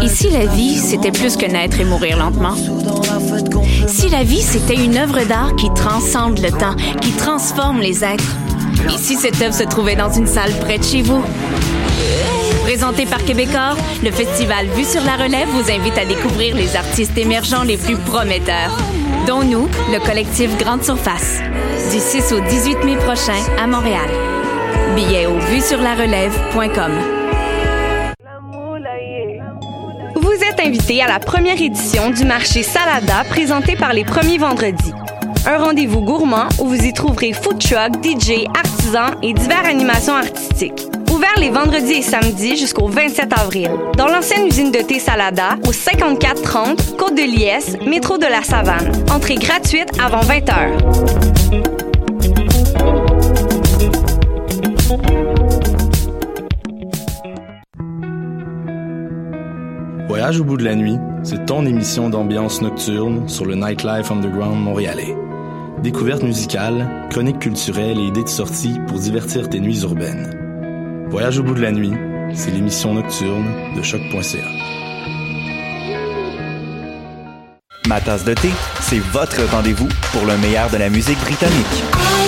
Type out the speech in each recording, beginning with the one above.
Et si la vie, c'était plus que naître et mourir lentement? Si la vie, c'était une œuvre d'art qui transcende le temps, qui transforme les êtres? Et si cette œuvre se trouvait dans une salle près de chez vous? Présenté par Québecor, le festival Vue sur la Relève vous invite à découvrir les artistes émergents les plus prometteurs, dont nous, le collectif Grande Surface, du 6 au 18 mai prochain à Montréal. Billets au vuesurlarelève.com. Vous êtes invité à la première édition du marché Salada présenté par les premiers vendredis. Un rendez-vous gourmand où vous y trouverez food truck, DJ, artisans et diverses animations artistiques. Ouvert les vendredis et samedis jusqu'au 27 avril. Dans l'ancienne usine de thé Salada, au 5430 Côte de Liesse, métro de la Savane. Entrée gratuite avant 20h. Voyage au bout de la nuit, c'est ton émission d'ambiance nocturne sur le Nightlife Underground montréalais. Découvertes musicales, chroniques culturelles et idées de sortie pour divertir tes nuits urbaines. Voyage au bout de la nuit, c'est l'émission nocturne de choc.ca. Ma tasse de thé, c'est votre rendez-vous pour le meilleur de la musique britannique.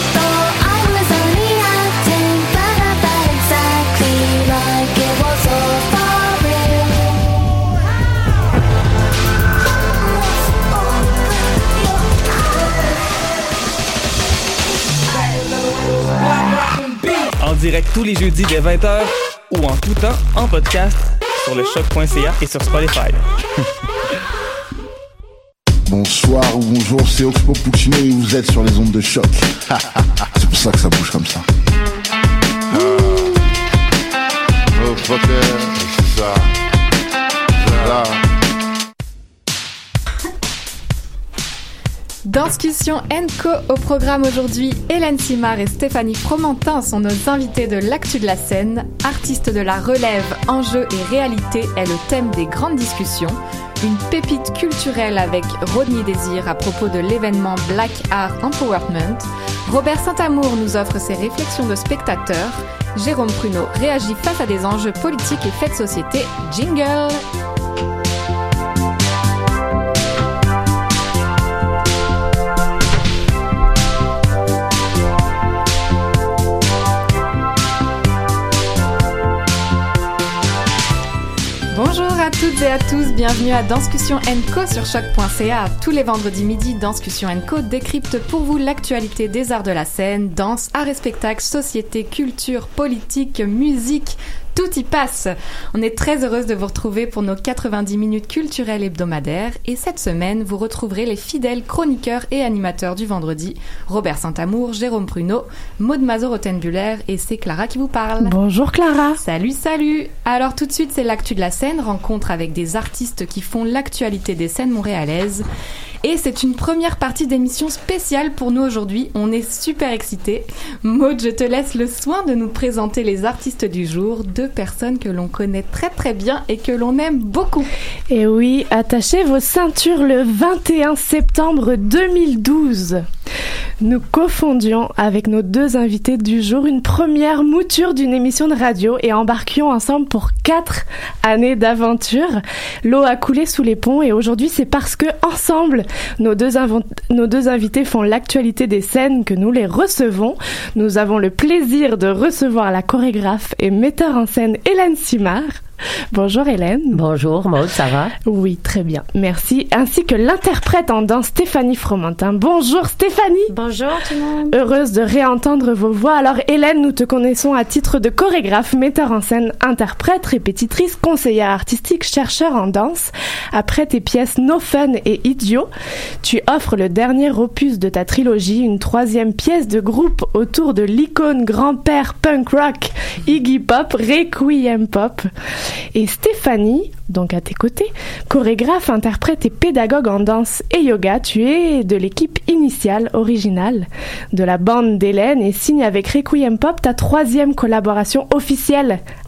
En direct tous les jeudis dès 20h ou en tout temps en podcast sur le choc.ca et sur Spotify. Bonsoir ou bonjour, c'est Oxpo Puccino et vous êtes sur les ondes de choc. C'est pour ça que ça bouge comme ça. Oh fucker, c'est ça. Là. Danscussion & Co au programme aujourd'hui. Hélène Simard et Stéphanie Fromentin sont nos invités de l'actu de la scène. Artistes de la relève, enjeux et réalité est le thème des grandes discussions. Une pépite culturelle avec Rodney Désir à propos de l'événement Black Art Empowerment. Robert Saint-Amour nous offre ses réflexions de spectateur. Jérôme Pruneau réagit face à des enjeux politiques et faits de société. Jingle! Bonjour à toutes et à tous, bienvenue à Danscussion & Co sur choc.ca. Tous les vendredis midi, Danscussion & Co décrypte pour vous l'actualité des arts de la scène, danse, arts et spectacles, société, culture, politique, musique. Tout y passe. On est très heureuse de vous retrouver pour nos 90 minutes culturelles hebdomadaires et cette semaine, vous retrouverez les fidèles chroniqueurs et animateurs du vendredi, Robert Saint-Amour, Jérôme Pruneau, Maud Mazur-Rothenbuller et c'est Clara qui vous parle. Bonjour Clara. Salut, salut. Alors tout de suite, c'est l'actu de la scène, rencontre avec des artistes qui font l'actualité des scènes montréalaises. Et c'est une première partie d'émission spéciale pour nous aujourd'hui. On est super excités. Maud, je te laisse le soin de nous présenter les artistes du jour, deux personnes que l'on connaît très très bien et que l'on aime beaucoup. Et oui, attachez vos ceintures le 21 septembre 2012. Nous cofondions avec nos deux invités du jour une première mouture d'une émission de radio et embarquions ensemble pour 4 années d'aventure. L'eau a coulé sous les ponts et aujourd'hui c'est parce que ensemble nos deux invités font l'actualité des scènes que nous les recevons. Nous avons le plaisir de recevoir la chorégraphe et metteur en scène Hélène Simard. Bonjour Hélène. Bonjour Maud, ça va? Oui, très bien, merci. Ainsi que l'interprète en danse Stéphanie Fromentin. Bonjour Stéphanie. Bonjour tout le monde. Heureuse de réentendre vos voix. Alors Hélène, nous te connaissons à titre de chorégraphe, metteur en scène, interprète, répétitrice, conseillère artistique, chercheur en danse. Après tes pièces No Fun et Idiot, tu offres le dernier opus de ta trilogie, une 3e pièce de groupe autour de l'icône grand-père punk rock Iggy Pop, Requiem Pop. Et Stéphanie, donc à tes côtés, chorégraphe, interprète et pédagogue en danse et yoga, tu es de l'équipe initiale, originale, de la bande d'Hélène et signe avec Requiem Pop ta 3e collaboration officielle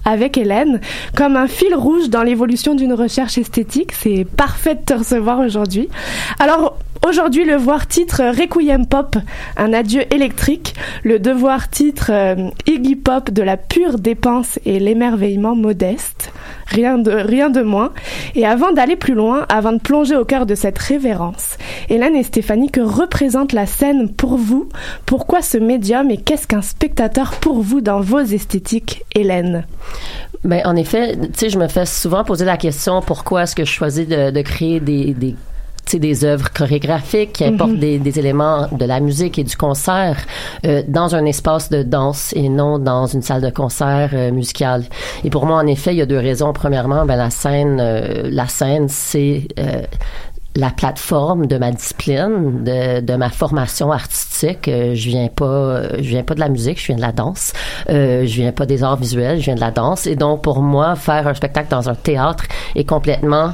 avec Hélène, comme un fil rouge dans l'évolution d'une recherche esthétique. C'est parfait de te recevoir aujourd'hui. Alors, aujourd'hui, le Voir titre Requiem Pop, un adieu électrique. Le Devoir titre Iggy Pop, de la pure dépense et l'émerveillement modeste. Rien de moins. Et avant d'aller plus loin, avant de plonger au cœur de cette révérence, Hélène et Stéphanie, que représente la scène pour vous? Pourquoi ce médium et qu'est-ce qu'un spectateur pour vous dans vos esthétiques, Hélène? Ben, en effet, tu sais, je me fais souvent poser la question pourquoi est-ce que je choisis de créer des œuvres chorégraphiques qui apportent des éléments de la musique et du concert dans un espace de danse et non dans une salle de concert musicale. Et pour moi, en effet, il y a deux raisons. Premièrement, ben la scène, c'est la plateforme de ma discipline, de ma formation artistique. Je viens pas de la musique, je viens de la danse. Je viens pas des arts visuels, je viens de la danse. Et donc, pour moi, faire un spectacle dans un théâtre est complètement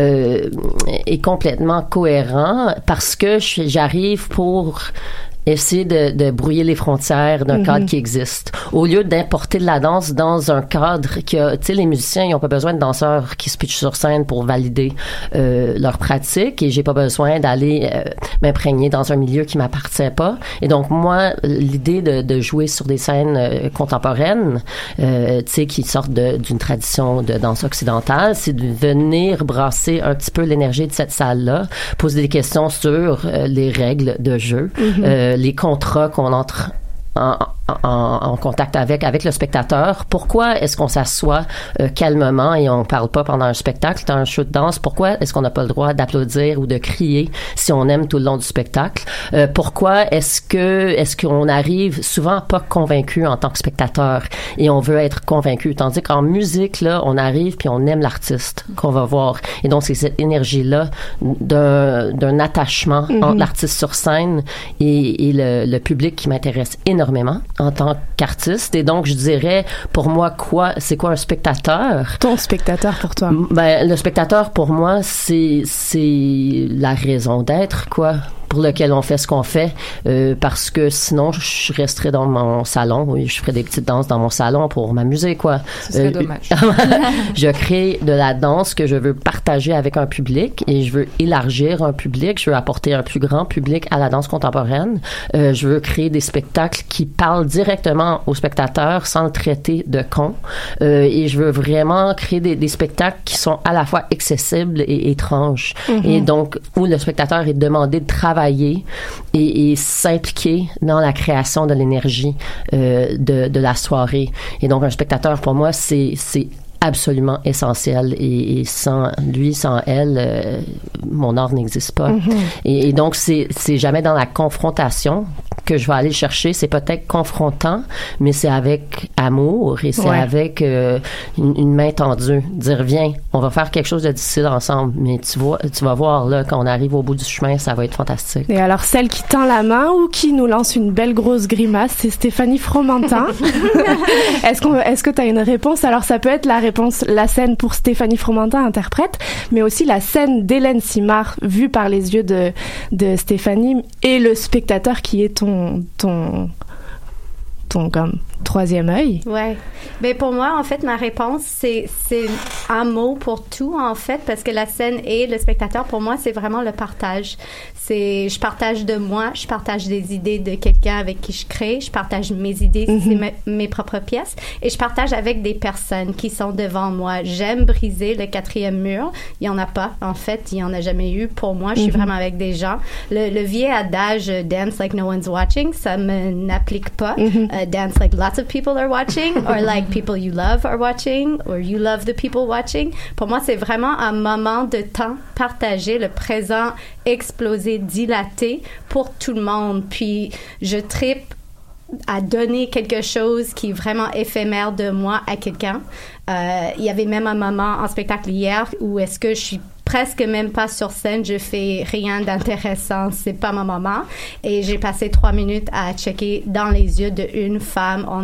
cohérent parce que j'arrive pour essayer de brouiller les frontières d'un cadre qui existe. Au lieu d'importer de la danse dans un cadre tu sais, les musiciens, ils n'ont pas besoin de danseurs qui se pitchent sur scène pour valider leur pratique et j'ai pas besoin d'aller m'imprégner dans un milieu qui m'appartient pas. Et donc, moi, l'idée de jouer sur des scènes contemporaines, tu sais, qui sortent d'une tradition de danse occidentale, c'est de venir brasser un petit peu l'énergie de cette salle-là, poser des questions sur les règles de jeu, les contrats qu'on entre en contact avec le spectateur. Pourquoi est-ce qu'on s'assoit calmement et on parle pas pendant un spectacle, dans un show de danse? Pourquoi est-ce qu'on n'a pas le droit d'applaudir ou de crier si on aime tout le long du spectacle? Pourquoi est-ce qu'on arrive souvent pas convaincu en tant que spectateur et on veut être convaincu? Tandis qu'en musique, là, on arrive puis on aime l'artiste qu'on va voir. Et donc, c'est cette énergie-là d'un attachement entre l'artiste sur scène et le public qui m'intéresse énormément en tant qu'artiste. Et donc, je dirais, pour moi, c'est quoi un spectateur? Ton spectateur pour toi? Ben, le spectateur, pour moi, c'est la raison d'être, quoi, pour lequel on fait ce qu'on fait, parce que sinon, je resterais dans mon salon. Oui, je ferais des petites danses dans mon salon pour m'amuser, quoi. Ce serait dommage. Je crée de la danse que je veux partager avec un public et je veux élargir un public. Je veux apporter un plus grand public à la danse contemporaine. Je veux créer des spectacles qui parlent directement aux spectateurs sans le traiter de con. Et je veux vraiment créer des spectacles qui sont à la fois accessibles et étranges. Et donc, où le spectateur est demandé de travailler et s'impliquer dans la création de l'énergie de la soirée. Et donc, un spectateur, pour moi, c'est absolument essentiel et sans lui, sans elle, mon art n'existe pas. Et donc, c'est jamais dans la confrontation que je vais aller chercher. C'est peut-être confrontant, mais c'est avec amour et c'est avec une main tendue. Dire, viens, on va faire quelque chose de difficile ensemble, mais tu vas voir, là, quand on arrive au bout du chemin, ça va être fantastique. Et alors, celle qui tend la main ou qui nous lance une belle grosse grimace, c'est Stéphanie Fromentin. Est-ce que tu as une réponse? Alors, ça peut être la scène pour Stéphanie Fromentin, interprète, mais aussi la scène d'Hélène Simard, vue par les yeux de Stéphanie, et le spectateur qui est ton comme troisième œil. Ouais. Ben pour moi, en fait, ma réponse, c'est un mot pour tout, en fait, parce que la scène et le spectateur, pour moi, c'est vraiment le partage. Je partage de moi, je partage des idées de quelqu'un avec qui je crée, je partage mes idées, c'est mes propres pièces, et je partage avec des personnes qui sont devant moi. J'aime briser le quatrième mur. Il n'y en a pas, en fait, il n'y en a jamais eu. Pour moi, je suis vraiment avec des gens. Le vieil adage « dance like no one's watching », ça n'applique pas. Dance like lots of people are watching, or like people you love are watching, or you love the people watching. Pour moi, c'est vraiment un moment de temps partagé, le présent explosé, dilaté pour tout le monde. Puis je tripe à donner quelque chose qui est vraiment éphémère de moi à quelqu'un. Il y avait même un moment en spectacle hier où est-ce que je suis presque même pas sur scène, je fais rien d'intéressant, c'est pas mon moment. Et j'ai passé 3 minutes à checker dans les yeux d'une femme. On a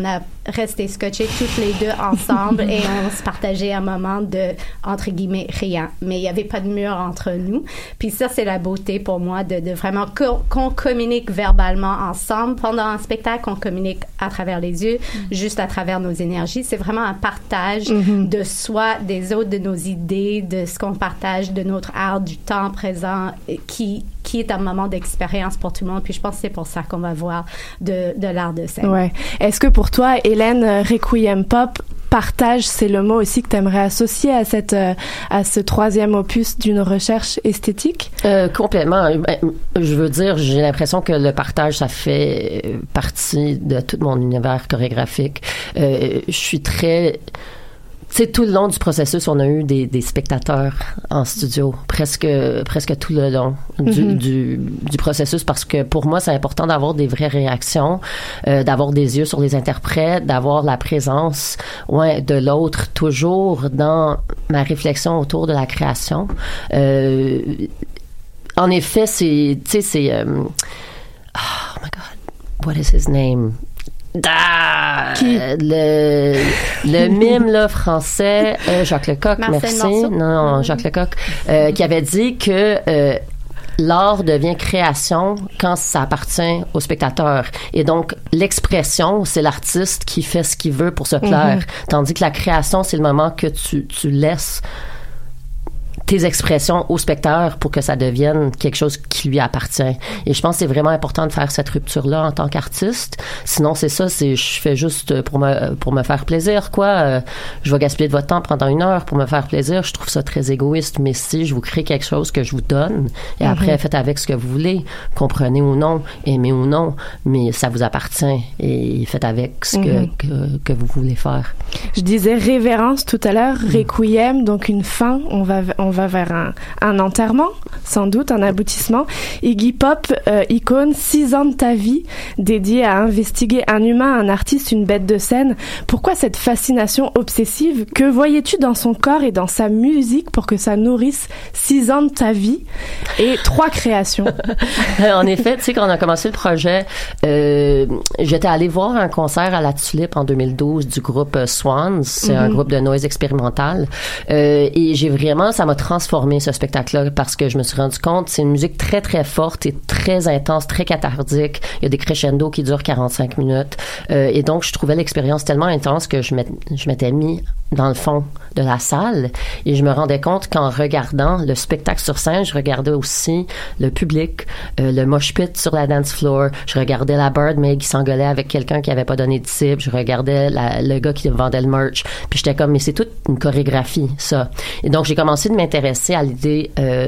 resté scotchés toutes les deux ensemble et on se partageait un moment de, entre guillemets, rien. Mais il n'y avait pas de mur entre nous. Puis ça, c'est la beauté pour moi de vraiment qu'on communique verbalement ensemble. Pendant un spectacle, on communique à travers les yeux, juste à travers nos énergies. C'est vraiment un partage de soi, des autres, de nos idées, de ce qu'on partage, de notre art, du temps présent, qui est un moment d'expérience pour tout le monde. Puis je pense que c'est pour ça qu'on va voir de l'art de scène. Ouais. Est-ce que pour toi, Hélène, Requiem Pop, partage, c'est le mot aussi que tu aimerais associer à ce troisième opus d'une recherche esthétique? Complètement. Je veux dire, j'ai l'impression que le partage, ça fait partie de tout mon univers chorégraphique. Je suis très... Tu sais, tout le long du processus, on a eu des spectateurs en studio, presque tout le long du processus, parce que pour moi, c'est important d'avoir des vraies réactions, d'avoir des yeux sur les interprètes, d'avoir la présence de l'autre, toujours dans ma réflexion autour de la création. En effet, c'est... oh my God, what is his name? Qui? Le mime là français, Jacques Lecoq, merci. Marcel Non, Jacques Lecoq, qui avait dit que l'art devient création quand ça appartient au spectateur. Et donc, l'expression, c'est l'artiste qui fait ce qu'il veut pour se plaire. Tandis que la création, c'est le moment que tu laisses tes expressions au spectateur pour que ça devienne quelque chose qui lui appartient. Et je pense que c'est vraiment important de faire cette rupture-là en tant qu'artiste. Sinon, c'est ça, je fais juste pour me faire plaisir, quoi. Je vais gaspiller de votre temps pendant 1 heure pour me faire plaisir. Je trouve ça très égoïste, mais si je vous crée quelque chose que je vous donne, et après, faites avec ce que vous voulez, comprenez ou non, aimez ou non, mais ça vous appartient et faites avec ce que vous voulez faire. Je disais révérence tout à l'heure, requiem, donc une fin, on va vers un enterrement, sans doute, un aboutissement. Iggy Pop, icône, 6 ans de ta vie, dédié à investiguer un humain, un artiste, une bête de scène. Pourquoi cette fascination obsessive? Que voyais-tu dans son corps et dans sa musique pour que ça nourrisse 6 ans de ta vie et 3 créations? En effet, tu sais, quand on a commencé le projet, j'étais allée voir un concert à la Tulipe en 2012 du groupe Swans. C'est un groupe de noise expérimental. Et ça m'a transformé ce spectacle-là parce que je me suis rendu compte, c'est une musique très, très forte et très intense, très cathartique. Il y a des crescendos qui durent 45 minutes. Et donc, je trouvais l'expérience tellement intense que je m'étais mis dans le fond de la salle et je me rendais compte qu'en regardant le spectacle sur scène, je regardais aussi le public, le mosh pit sur la dance floor, je regardais la Birdmaid qui s'engueulait avec quelqu'un qui avait pas donné de tip, je regardais le gars qui vendait le merch, puis j'étais comme, mais c'est toute une chorégraphie, ça. Et donc, j'ai commencé de m'intéresser à l'idée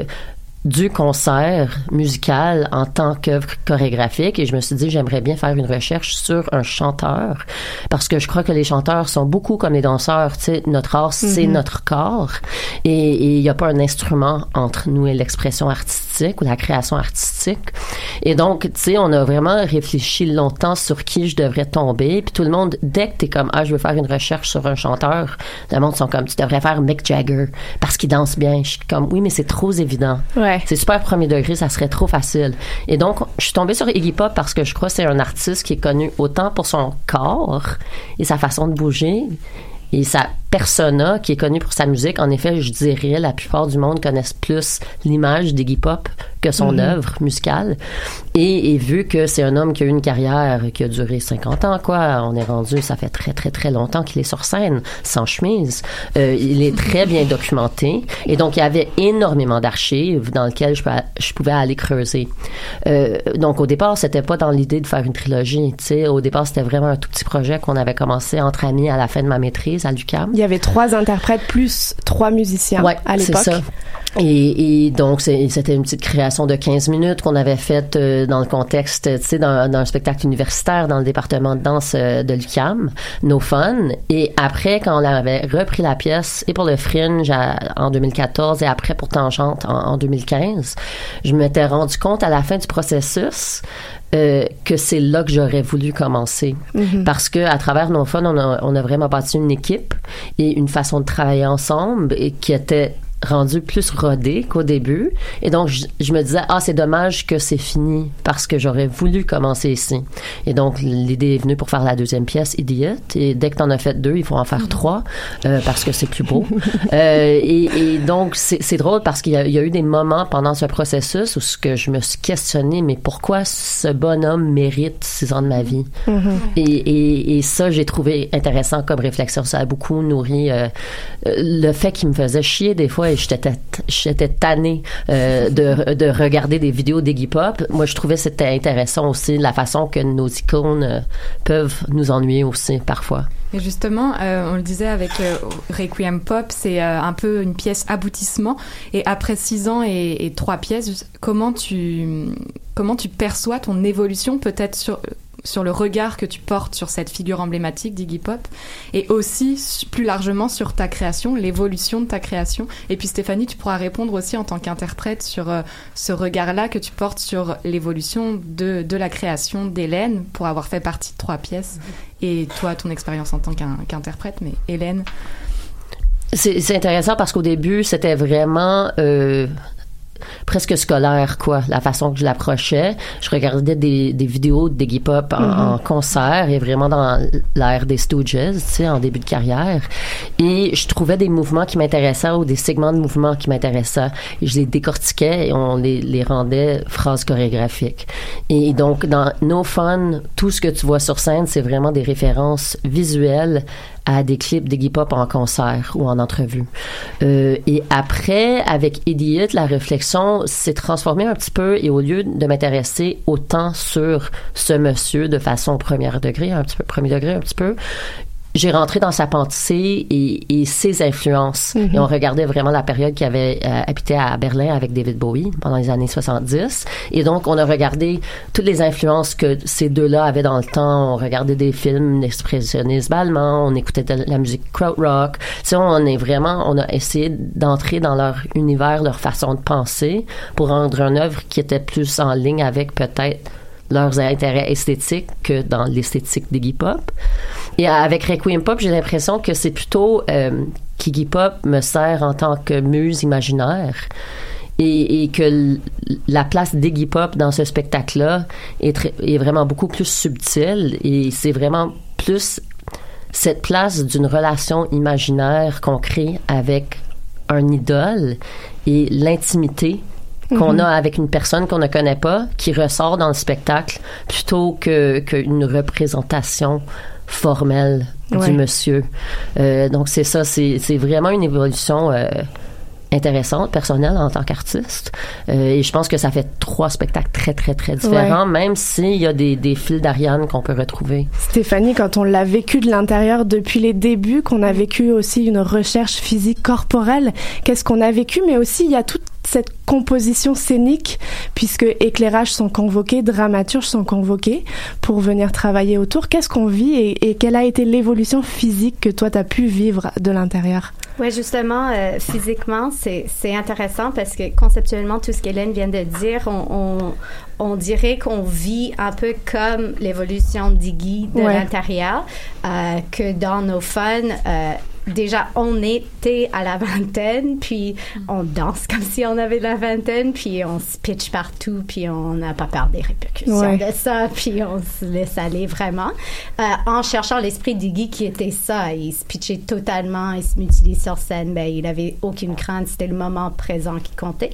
du concert musical en tant qu'œuvre chorégraphique et je me suis dit j'aimerais bien faire une recherche sur un chanteur parce que je crois que les chanteurs sont beaucoup comme les danseurs, tu sais, notre art c'est notre corps et il n'y a pas un instrument entre nous et l'expression artistique ou la création artistique et donc tu sais on a vraiment réfléchi longtemps sur qui je devrais tomber puis tout le monde dès que t'es comme je veux faire une recherche sur un chanteur, le monde sont comme tu devrais faire Mick Jagger parce qu'il danse bien. Je suis comme oui mais c'est trop évident. Ouais. C'est super premier degré, ça serait trop facile. Et donc, je suis tombée sur Iggy Pop parce que je crois que c'est un artiste qui est connu autant pour son corps et sa façon de bouger et sa persona qui est connue pour sa musique. En effet, je dirais la plupart du monde connaissent plus l'image d'Iggy Pop que son œuvre musicale. Et vu que c'est un homme qui a eu une carrière qui a duré 50 ans, quoi, on est rendu, ça fait très, très, très longtemps qu'il est sur scène, sans chemise. Il est très bien documenté. Et donc, il y avait énormément d'archives dans lesquelles je pouvais aller creuser. Donc, au départ, c'était pas dans l'idée de faire une trilogie. Tu sais, au départ, c'était vraiment un tout petit projet qu'on avait commencé entre amis à la fin de ma maîtrise à l'UQAM. Il y avait 3 interprètes plus 3 musiciens à l'époque. C'est ça. Et donc, c'était une petite création de 15 minutes qu'on avait faite dans le contexte, tu sais, dans un spectacle universitaire dans le département de danse de l'UQAM, No Fun. Et après, quand on avait repris la pièce, et pour le Fringe en 2014 et après pour Tangente en 2015, je m'étais rendu compte à la fin du processus que c'est là que j'aurais voulu commencer. Parce que à travers No Fun, on a vraiment bâti une équipe et une façon de travailler ensemble et qui était rendu plus rodé qu'au début. Et donc, je me disais, c'est dommage que c'est fini parce que j'aurais voulu commencer ici. Et donc, l'idée est venue pour faire la deuxième pièce, Idiot. Et dès que t'en as fait 2, il faut en faire 3 parce que c'est plus beau. Et donc, c'est drôle parce qu'il y a eu des moments pendant ce processus où je me suis questionnée, mais pourquoi ce bonhomme mérite 6 ans de ma vie? Et ça, j'ai trouvé intéressant comme réflexion. Ça a beaucoup nourri le fait qu'il me faisait chier des fois et j'étais tannée de regarder des vidéos d'Iggy Pop. Moi, je trouvais que c'était intéressant aussi la façon que nos icônes peuvent nous ennuyer aussi parfois. Et justement, on le disait avec Requiem Pop, c'est un peu une pièce aboutissement. Et après 6 ans et 3 pièces, comment tu perçois ton évolution peut-être sur le regard que tu portes sur cette figure emblématique d'Iggy Pop et aussi plus largement sur ta création, l'évolution de ta création. Et puis Stéphanie, tu pourras répondre aussi en tant qu'interprète sur ce regard-là que tu portes sur l'évolution de la création d'Hélène pour avoir fait partie de 3 pièces et toi, ton expérience en tant qu'interprète. Mais Hélène... C'est intéressant parce qu'au début, c'était vraiment... presque scolaire, quoi, la façon que je l'approchais. Je regardais des vidéos d'Iggy Pop en concert et vraiment dans l'ère des Stooges, tu sais, en début de carrière. Et je trouvais des mouvements qui m'intéressaient ou des segments de mouvements qui m'intéressaient. Et je les décortiquais et on les rendait phrases chorégraphiques. Et donc, dans No Fun, tout ce que tu vois sur scène, c'est vraiment des références visuelles à des clips d'Iggy Pop en concert ou en entrevue. Et après, avec Idiot, la réflexion s'est transformée un petit peu et au lieu de m'intéresser autant sur ce monsieur de façon premier degré un petit peu, j'ai rentré dans sa pensée et ses influences. Et on regardait vraiment la période qu'il avait habité à Berlin avec David Bowie pendant les années 70. Et donc, on a regardé toutes les influences que ces deux-là avaient dans le temps. On regardait des films d'expressionnisme allemand, on écoutait de la musique krautrock. Tu sais, on a essayé d'entrer dans leur univers, leur façon de penser pour rendre une œuvre qui était plus en ligne avec peut-être leurs intérêts esthétiques que dans l'esthétique d'Iggy Pop. Et avec Requiem Pop, j'ai l'impression que c'est plutôt qu'Iggy Pop me sert en tant que muse imaginaire et que la place d'Iggy Pop dans ce spectacle-là est vraiment beaucoup plus subtile et c'est vraiment plus cette place d'une relation imaginaire qu'on crée avec un idole et l'intimité qu'on a avec une personne qu'on ne connaît pas, qui ressort dans le spectacle, plutôt qu'une représentation formelle du monsieur. Donc c'est ça, c'est vraiment une évolution intéressante, personnelle en tant qu'artiste. Et je pense que ça fait 3 spectacles très, très, très différents, même s'il y a des fils d'Ariane qu'on peut retrouver. Stéphanie, quand on l'a vécu de l'intérieur depuis les débuts, qu'on a vécu aussi une recherche physique corporelle, qu'est-ce qu'on a vécu, mais aussi il y a toute cette composition scénique, puisque éclairages sont convoqués, dramaturges sont convoqués pour venir travailler autour. Qu'est-ce qu'on vit et quelle a été l'évolution physique que toi, tu as pu vivre de l'intérieur? Oui, justement, physiquement, c'est intéressant parce que conceptuellement, tout ce qu'Hélène vient de dire, on dirait qu'on vit un peu comme l'évolution d'Iggy de l'intérieur, que dans No Fun, déjà, on était à la vingtaine, puis on danse comme si on avait la vingtaine, puis on se pitch partout, puis on n'a pas peur des répercussions de ça, puis on se laisse aller vraiment. En cherchant l'esprit d'Iggy qui était ça, il se pitchait totalement, il se mutilait sur scène, ben il avait aucune crainte, c'était le moment présent qui comptait.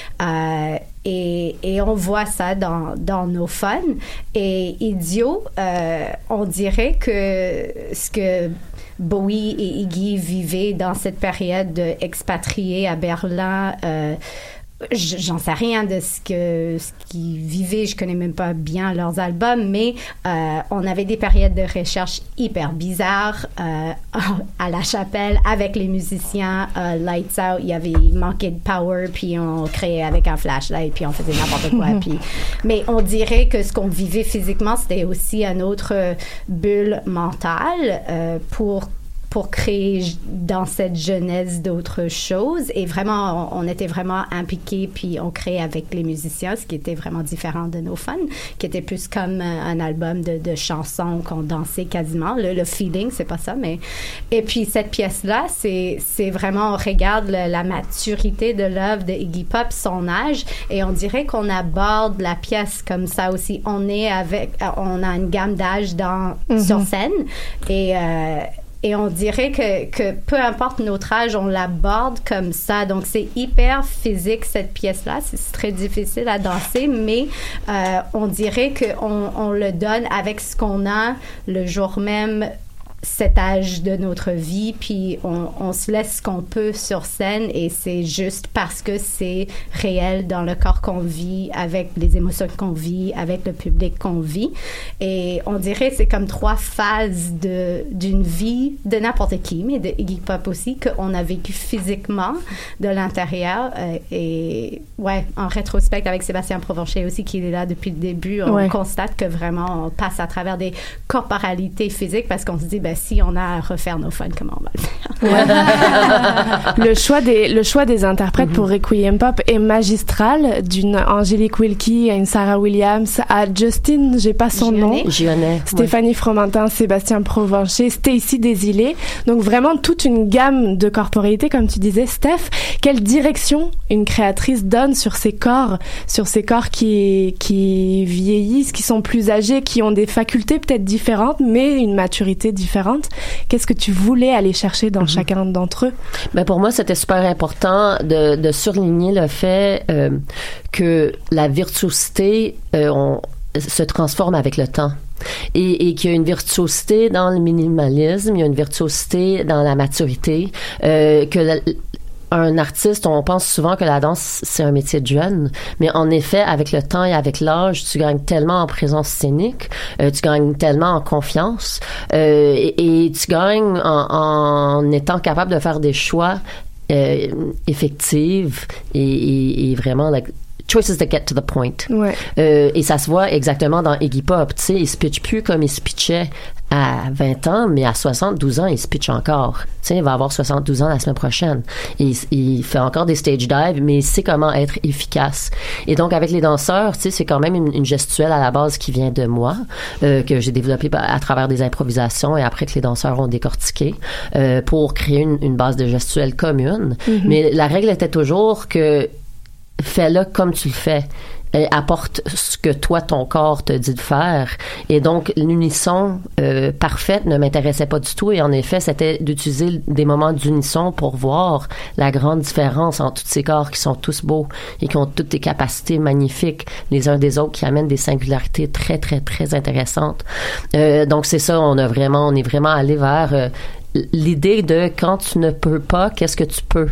Et on voit ça dans No Fun. Et Idiot, on dirait que ce que Bowie et Iggy vivaient dans cette période d'expatriés à Berlin, j'en sais rien de ce qu'ils vivaient, je connais même pas bien leurs albums, mais on avait des périodes de recherche hyper bizarres à la chapelle avec les musiciens. Lights Out, il manquait de power, puis on créait avec un flashlight, puis on faisait n'importe quoi. Mais on dirait que ce qu'on vivait physiquement, c'était aussi une autre bulle mentale pour pour créer dans cette jeunesse d'autres choses. Et vraiment, on était vraiment impliqués, puis on créait avec les musiciens, ce qui était vraiment différent de No Fun, qui était plus comme un album de chansons qu'on dansait quasiment. Le feeling, c'est pas ça, mais... Et puis cette pièce-là, c'est vraiment, on regarde la maturité de l'œuvre de Iggy Pop, son âge, et on dirait qu'on aborde la pièce comme ça aussi. On a une gamme d'âge sur scène, et on dirait que peu importe notre âge, on l'aborde comme ça. Donc, c'est hyper physique, cette pièce-là. C'est très difficile à danser, mais on dirait qu'on le donne avec ce qu'on a le jour même, cet âge de notre vie, puis on se laisse ce qu'on peut sur scène, et c'est juste parce que c'est réel dans le corps qu'on vit, avec les émotions qu'on vit, avec le public qu'on vit. Et on dirait que c'est comme 3 phases d'une vie de n'importe qui, mais de Iggy Pop aussi, qu'on a vécu physiquement de l'intérieur. Et ouais, en rétrospect avec Sébastien Provencher aussi, qui est là depuis le début, on constate que vraiment on passe à travers des corporalités physiques, parce qu'on se dit, si on a à refaire No Fun, comment on va le faire? Le choix des interprètes pour Requiem Pop est magistral, d'une Angélique Wilkie à une Sarah Williams à Justin, j'ai pas son nom. Gionnet. Stéphanie Fromentin, Sébastien Provencher, Stacy Desilets. Donc vraiment toute une gamme de corporalité, comme tu disais, Steph. Quelle direction une créatrice donne sur ces corps qui vieillissent, qui sont plus âgés, qui ont des facultés peut-être différentes, mais une maturité différente. Qu'est-ce que tu voulais aller chercher dans chacun d'entre eux? Ben pour moi, c'était super important de surligner le fait que la virtuosité se transforme avec le temps. Et qu'il y a une virtuosité dans le minimalisme, il y a une virtuosité dans la maturité, un artiste, on pense souvent que la danse, c'est un métier de jeune, mais en effet, avec le temps et avec l'âge, tu gagnes tellement en présence scénique, tu gagnes tellement en confiance, et tu gagnes en étant capable de faire des choix effectifs et vraiment choices that get to the point. Ouais. Et ça se voit exactement dans Iggy Pop. Tu sais, il se pitch plus comme il se pitchait à 20 ans, mais à 72 ans, il se pitch encore. Tu sais, il va avoir 72 ans la semaine prochaine. Et il fait encore des stage dives, mais il sait comment être efficace. Et donc, avec les danseurs, tu sais, c'est quand même une gestuelle à la base qui vient de moi, que j'ai développée à travers des improvisations et après que les danseurs ont décortiqué, pour créer une base de gestuelle commune. Mais la règle était toujours que fais-le comme tu le fais. Apporte ce que toi, ton corps te dit de faire. Et donc, l'unisson parfaite ne m'intéressait pas du tout. Et en effet, c'était d'utiliser des moments d'unisson pour voir la grande différence entre tous ces corps qui sont tous beaux et qui ont toutes des capacités magnifiques les uns des autres, qui amènent des singularités très, très, très intéressantes. Donc, c'est ça, on est vraiment allé vers l'idée de quand tu ne peux pas, qu'est-ce que tu peux?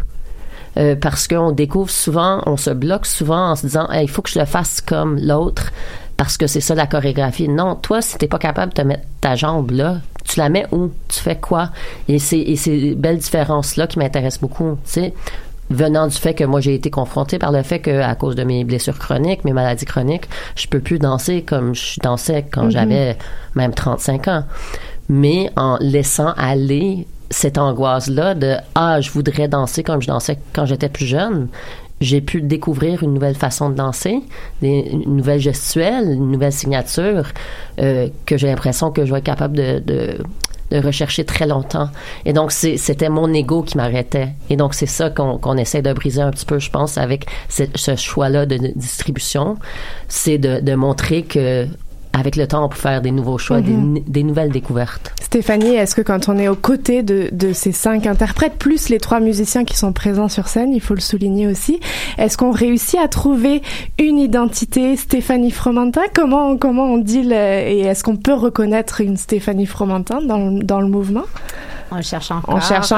Parce qu'on découvre souvent, on se bloque souvent en se disant il faut que je le fasse comme l'autre parce que c'est ça la chorégraphie. Non, toi, si t'es pas capable de te mettre ta jambe là, tu la mets où? Tu fais quoi? Et c'est ces belles différences-là qui m'intéressent beaucoup, tu sais, venant du fait que moi, j'ai été confrontée par le fait que à cause de mes blessures chroniques, mes maladies chroniques, je peux plus danser comme je dansais quand j'avais même 35 ans. Mais en laissant aller cette angoisse-là de « Ah, je voudrais danser comme je dansais quand j'étais plus jeune », j'ai pu découvrir une nouvelle façon de danser, une nouvelle gestuelle, une nouvelle signature que j'ai l'impression que je vais être capable de rechercher très longtemps. Et donc, c'était mon ego qui m'arrêtait. Et donc, c'est ça qu'on essaie de briser un petit peu, je pense, avec ce choix-là de distribution. C'est de montrer que avec le temps, on peut faire des nouveaux choix, des nouvelles découvertes. Stéphanie, est-ce que quand on est aux côtés de ces 5 interprètes, plus les 3 musiciens qui sont présents sur scène, il faut le souligner aussi, est-ce qu'on réussit à trouver une identité Stéphanie Fromentin? Comment on dit et est-ce qu'on peut reconnaître une Stéphanie Fromentin dans le mouvement? On cherche encore.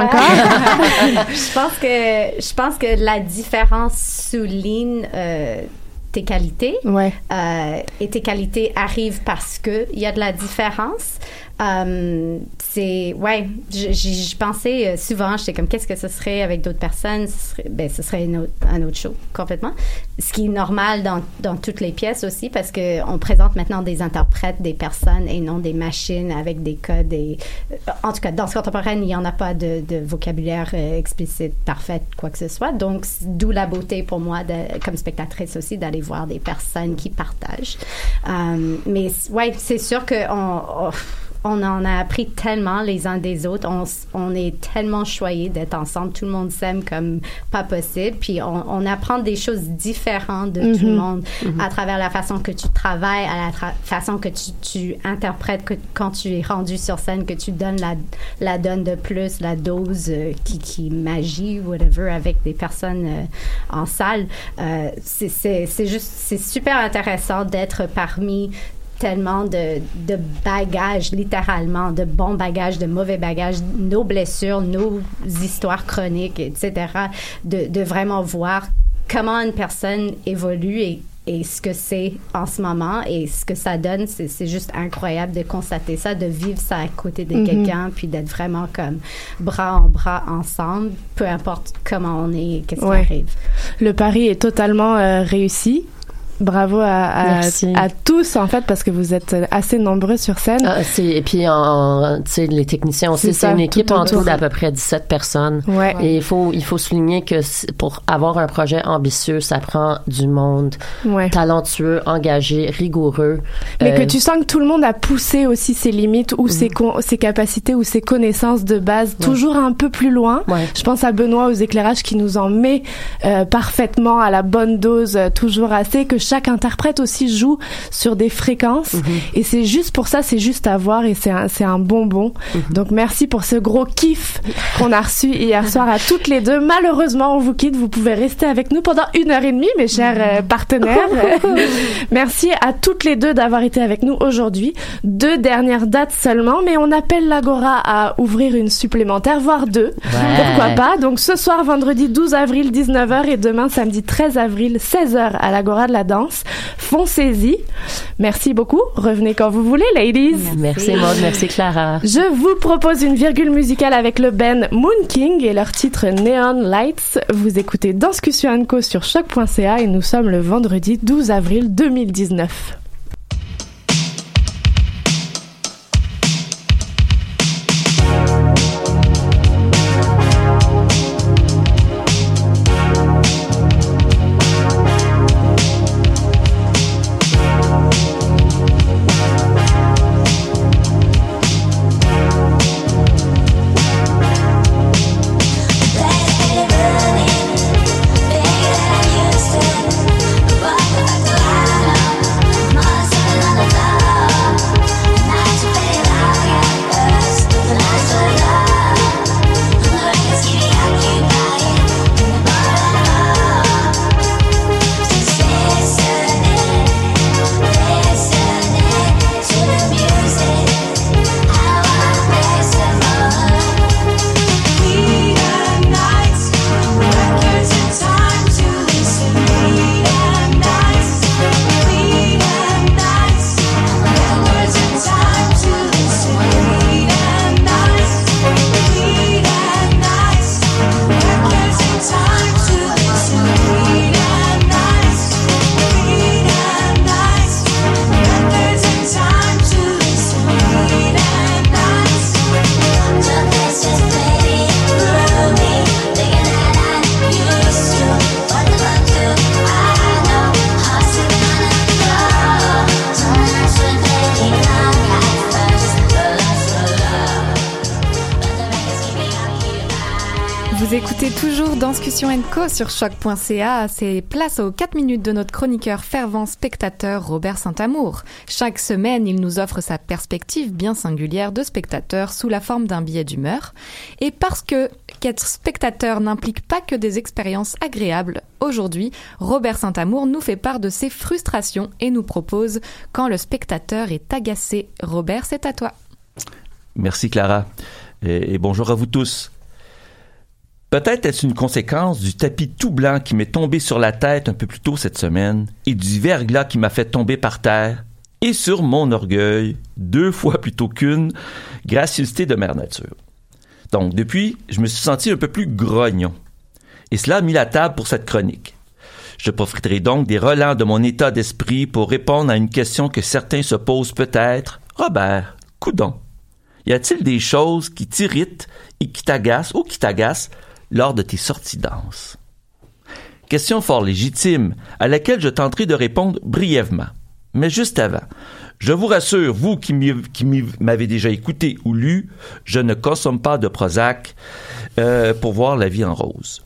Je pense que la différence souligne tes qualités. Ouais. Et tes qualités arrivent parce que il y a de la différence. j'y pensais souvent. J'étais comme, qu'est-ce que ce serait avec d'autres personnes? Ce serait un autre show, complètement. Ce qui est normal dans toutes les pièces aussi, parce qu'on présente maintenant des interprètes, des personnes et non des machines avec des codes. En tout cas, danse contemporaine, il n'y en a pas de vocabulaire explicite, parfait, quoi que ce soit. Donc, d'où la beauté pour moi, comme spectatrice aussi, d'aller voir des personnes qui partagent. Mais ouais, c'est sûr qu'on en a appris tellement les uns des autres. On est tellement choyés d'être ensemble. Tout le monde s'aime comme pas possible. Puis on apprend des choses différentes de tout le monde à travers la façon que tu travailles, à la façon que tu interprètes quand tu es rendu sur scène, que tu donnes la donne de plus, la dose qui magie, whatever, avec des personnes en salle. C'est super intéressant d'être parmi tellement de bagages, littéralement, de bons bagages, de mauvais bagages, nos blessures, nos histoires chroniques, etc., de vraiment voir comment une personne évolue et ce que c'est en ce moment et ce que ça donne. C'est juste incroyable de constater ça, de vivre ça à côté de quelqu'un, puis d'être vraiment comme bras en bras ensemble, peu importe comment on est, qu'est-ce qui arrive. Le pari est totalement réussi. Bravo à tous, en fait, parce que vous êtes assez nombreux sur scène. Et puis, tu sais, les techniciens aussi, c'est une équipe en tout d'à peu près 17 personnes. Ouais. Et il faut souligner que pour avoir un projet ambitieux, ça prend du monde talentueux, engagé, rigoureux. Mais que tu sens que tout le monde a poussé aussi ses limites ou ses capacités ou ses connaissances de base toujours un peu plus loin. Ouais. Je pense à Benoît aux éclairages qui nous en met parfaitement à la bonne dose, toujours assez, que chaque interprète aussi joue sur des fréquences et c'est juste pour ça, c'est juste à voir et c'est un bonbon. Donc merci pour ce gros kiff qu'on a reçu hier soir à toutes les deux. Malheureusement, on vous quitte, vous pouvez rester avec nous pendant 1h30, mes chers partenaires. Merci à toutes les deux d'avoir été avec nous aujourd'hui. 2 dernières dates seulement, mais on appelle l'Agora à ouvrir une supplémentaire, voire 2. Pourquoi pas? Donc ce soir, vendredi 12 avril, 19h et demain, samedi 13 avril, 16h à l'Agora de la danse. Foncez-y. Merci beaucoup. Revenez quand vous voulez, ladies. Merci Maud, merci Clara. Je vous propose une virgule musicale avec le band Moon King et leur titre Neon Lights. Vous écoutez Danscussion & Co sur choc.ca et nous sommes le vendredi 12 avril 2019. Vous écoutez toujours Danscussion & Co sur choc.ca. C'est place aux 4 minutes de notre chroniqueur fervent spectateur Robert Saint-Amour. Chaque semaine, il nous offre sa perspective bien singulière de spectateur sous la forme d'un billet d'humeur. Et parce que qu'être spectateur n'implique pas que des expériences agréables, aujourd'hui, Robert Saint-Amour nous fait part de ses frustrations et nous propose Quand le spectateur est agacé. Robert, c'est à toi. Merci Clara. Et bonjour à vous tous. Peut-être est-ce une conséquence du tapis tout blanc qui m'est tombé sur la tête un peu plus tôt cette semaine et du verglas qui m'a fait tomber par terre et sur mon orgueil, 2 fois plutôt qu'une gracieuseté de mère nature. Donc, depuis, je me suis senti un peu plus grognon. Et cela a mis la table pour cette chronique. Je profiterai donc des relents de mon état d'esprit pour répondre à une question que certains se posent peut-être. Robert, coudonc, y a-t-il des choses qui t'irritent et qui t'agacent lors de tes sorties danse? Question fort légitime, à laquelle je tenterai de répondre brièvement. Mais juste avant, je vous rassure, vous qui m'avez déjà écouté ou lu, je ne consomme pas de Prozac pour voir la vie en rose.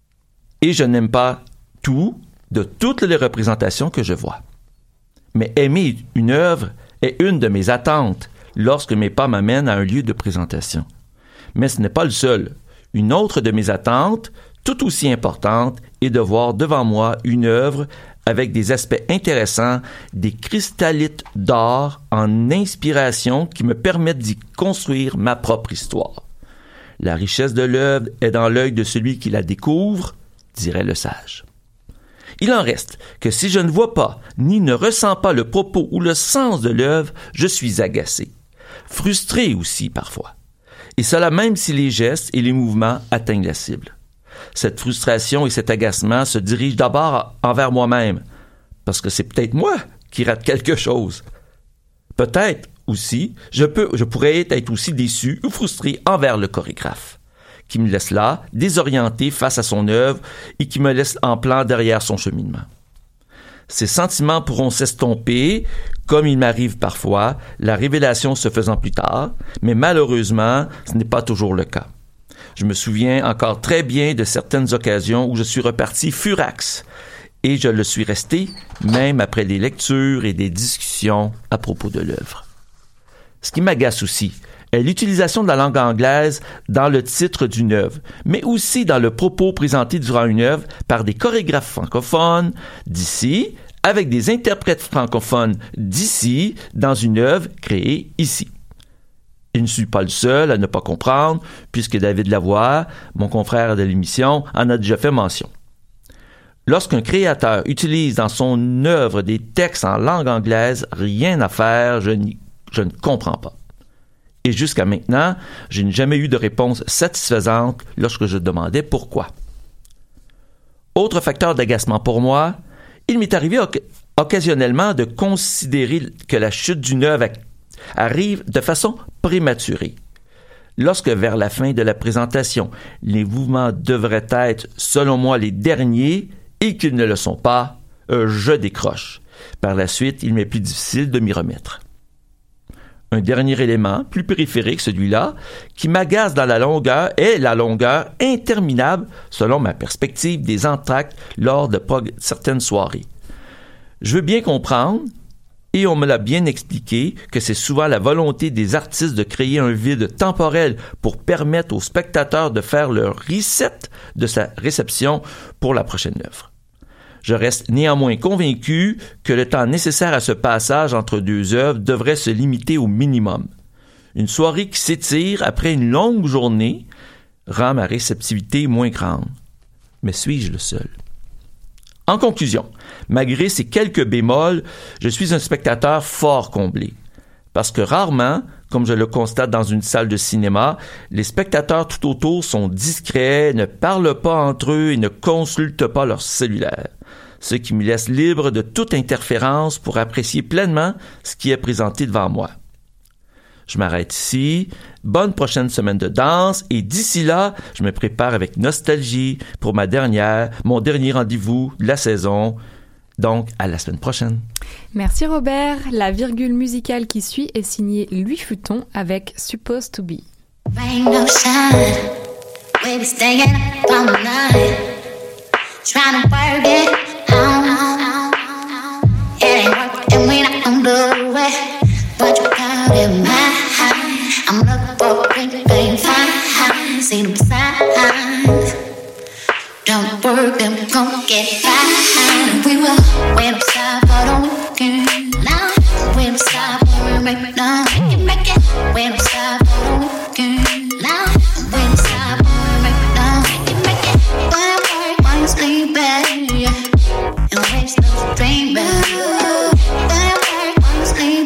Et je n'aime pas tout de toutes les représentations que je vois. Mais aimer une œuvre est une de mes attentes lorsque mes pas m'amènent à un lieu de présentation. Mais ce n'est pas le seul. Une autre de mes attentes, tout aussi importante, est de voir devant moi une œuvre avec des aspects intéressants, des cristallites d'or en inspiration qui me permettent d'y construire ma propre histoire. La richesse de l'œuvre est dans l'œil de celui qui la découvre, dirait le sage. Il en reste que si je ne vois pas ni ne ressens pas le propos ou le sens de l'œuvre, je suis agacé, frustré aussi parfois. Et cela même si les gestes et les mouvements atteignent la cible. Cette frustration et cet agacement se dirigent d'abord envers moi-même, parce que c'est peut-être moi qui rate quelque chose. Peut-être aussi, je pourrais être aussi déçu ou frustré envers le chorégraphe, qui me laisse là, désorienté face à son œuvre et qui me laisse en plan derrière son cheminement. Ces sentiments pourront s'estomper, comme il m'arrive parfois, la révélation se faisant plus tard, mais malheureusement, ce n'est pas toujours le cas. Je me souviens encore très bien de certaines occasions où je suis reparti furax, et je le suis resté même après des lectures et des discussions à propos de l'œuvre. Ce qui m'agace aussi est l'utilisation de la langue anglaise dans le titre d'une œuvre, mais aussi dans le propos présenté durant une œuvre par des chorégraphes francophones d'ici, avec des interprètes francophones d'ici, dans une œuvre créée ici. Je ne suis pas le seul à ne pas comprendre, puisque David Lavoie, mon confrère de l'émission, en a déjà fait mention. Lorsqu'un créateur utilise dans son œuvre des textes en langue anglaise, rien à faire, je ne comprends pas. Et jusqu'à maintenant, je n'ai jamais eu de réponse satisfaisante lorsque je demandais pourquoi. Autre facteur d'agacement pour moi, il m'est arrivé occasionnellement de considérer que la chute d'une œuvre arrive de façon prématurée. Lorsque, vers la fin de la présentation, les mouvements devraient être, selon moi, les derniers et qu'ils ne le sont pas, je décroche. Par la suite, il m'est plus difficile de m'y remettre. Un dernier élément, plus périphérique celui-là, qui m'agace dans la longueur est la longueur interminable, selon ma perspective, des entr'actes lors de certaines soirées. Je veux bien comprendre, et on me l'a bien expliqué, que c'est souvent la volonté des artistes de créer un vide temporel pour permettre aux spectateurs de faire leur reset de sa réception pour la prochaine œuvre. Je reste néanmoins convaincu que le temps nécessaire à ce passage entre deux œuvres devrait se limiter au minimum. Une soirée qui s'étire après une longue journée rend ma réceptivité moins grande. Mais suis-je le seul? En conclusion, malgré ces quelques bémols, je suis un spectateur fort comblé. Parce que rarement, comme je le constate dans une salle de cinéma, les spectateurs tout autour sont discrets, ne parlent pas entre eux et ne consultent pas leur cellulaire. Ce qui me laisse libre de toute interférence pour apprécier pleinement ce qui est présenté devant moi. Je m'arrête ici. Bonne prochaine semaine de danse et d'ici là, je me prépare avec nostalgie pour mon dernier rendez-vous de la saison. Donc, à la semaine prochaine. Merci Robert. La virgule musicale qui suit est signée Louis Futon avec Supposed to Be. Rain no shine, we be staying up all night, trying to work it out. It ain't working, we not gon' do it, but you got it mine. I'm looking for a green thing fine, see them signs. Don't work, then we gon' get fine. We will, we don't stop for the weekend. Now, we don't stop when we make it now. Make it, we don't stop for the weekend. Now, we don't stop when we make it now. Make it, when I work, when you sleeping, yeah. And waste no dreaming. When I work, when you sleeping.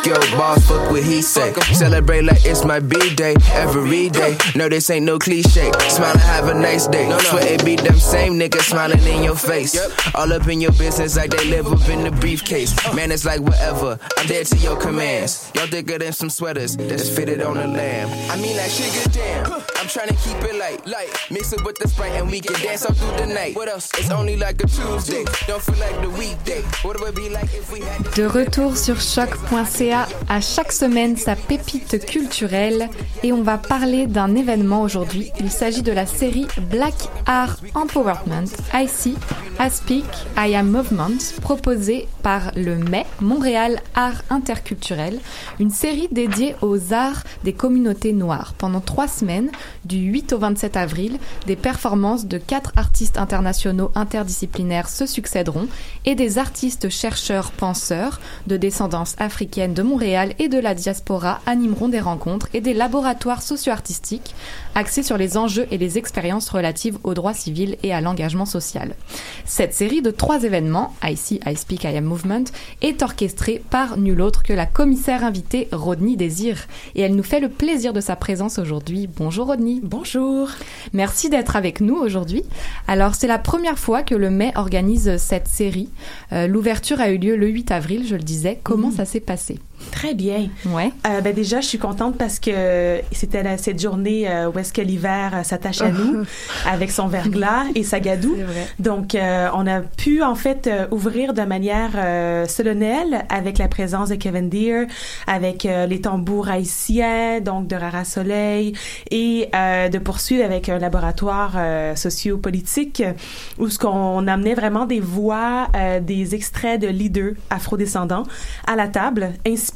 your boss, fuck what he say. Celebrate like it's my B-day, every day. No, this ain't no cliche. Smile and have a nice day. Swear it be them same niggas smiling in your face. All up in your business like they live up in the briefcase. Man, it's like whatever, I'm dead to your commands. Y'all thicker than some sweaters that's fitted on a lamb. I mean like shit good damn, I'm trying to keep it light. Mix it with the Sprite and we can dance all through the night. What else? It's only like a Tuesday, don't feel like the weekday. What would it be like if we had... De retour sur choc.ca, à chaque semaine sa pépite culturelle, et on va parler d'un événement aujourd'hui. Il s'agit de la série Black Art Empowerment, I See, I Speak, I Am Movement, proposée par le MEI, Montréal Art Interculturel, une série dédiée aux arts des communautés noires. Pendant 3 semaines, du 8 au 27 avril, des performances de 4 artistes internationaux interdisciplinaires se succéderont et des artistes, chercheurs, penseurs de descendance africaine de Montréal et de la diaspora animeront des rencontres et des laboratoires socio-artistiques axés sur les enjeux et les expériences relatives aux droits civils et à l'engagement social. Cette série de 3 événements, I See, I Speak, I Am Movement, est orchestrée par nul autre que la commissaire invitée Rodney Désir. Et elle nous fait le plaisir de sa présence aujourd'hui. Bonjour Rodney. Bonjour. Merci d'être avec nous aujourd'hui. Alors, c'est la première fois que le MEI organise cette série. L'ouverture a eu lieu le 8 avril, je le disais. Comment ça s'est passé? Très bien. Ouais. Déjà, je suis contente parce que c'était cette journée où est-ce que l'hiver s'attache à nous avec son verglas et sa gadoue. Donc, on a pu en fait ouvrir de manière solennelle avec la présence de Kevin Deere, avec les tambours haïtiens, donc de Rara Soleil, et de poursuivre avec un laboratoire sociopolitique où ce qu'on amenait vraiment des voix, des extraits de leaders afrodescendants à la table, inspirants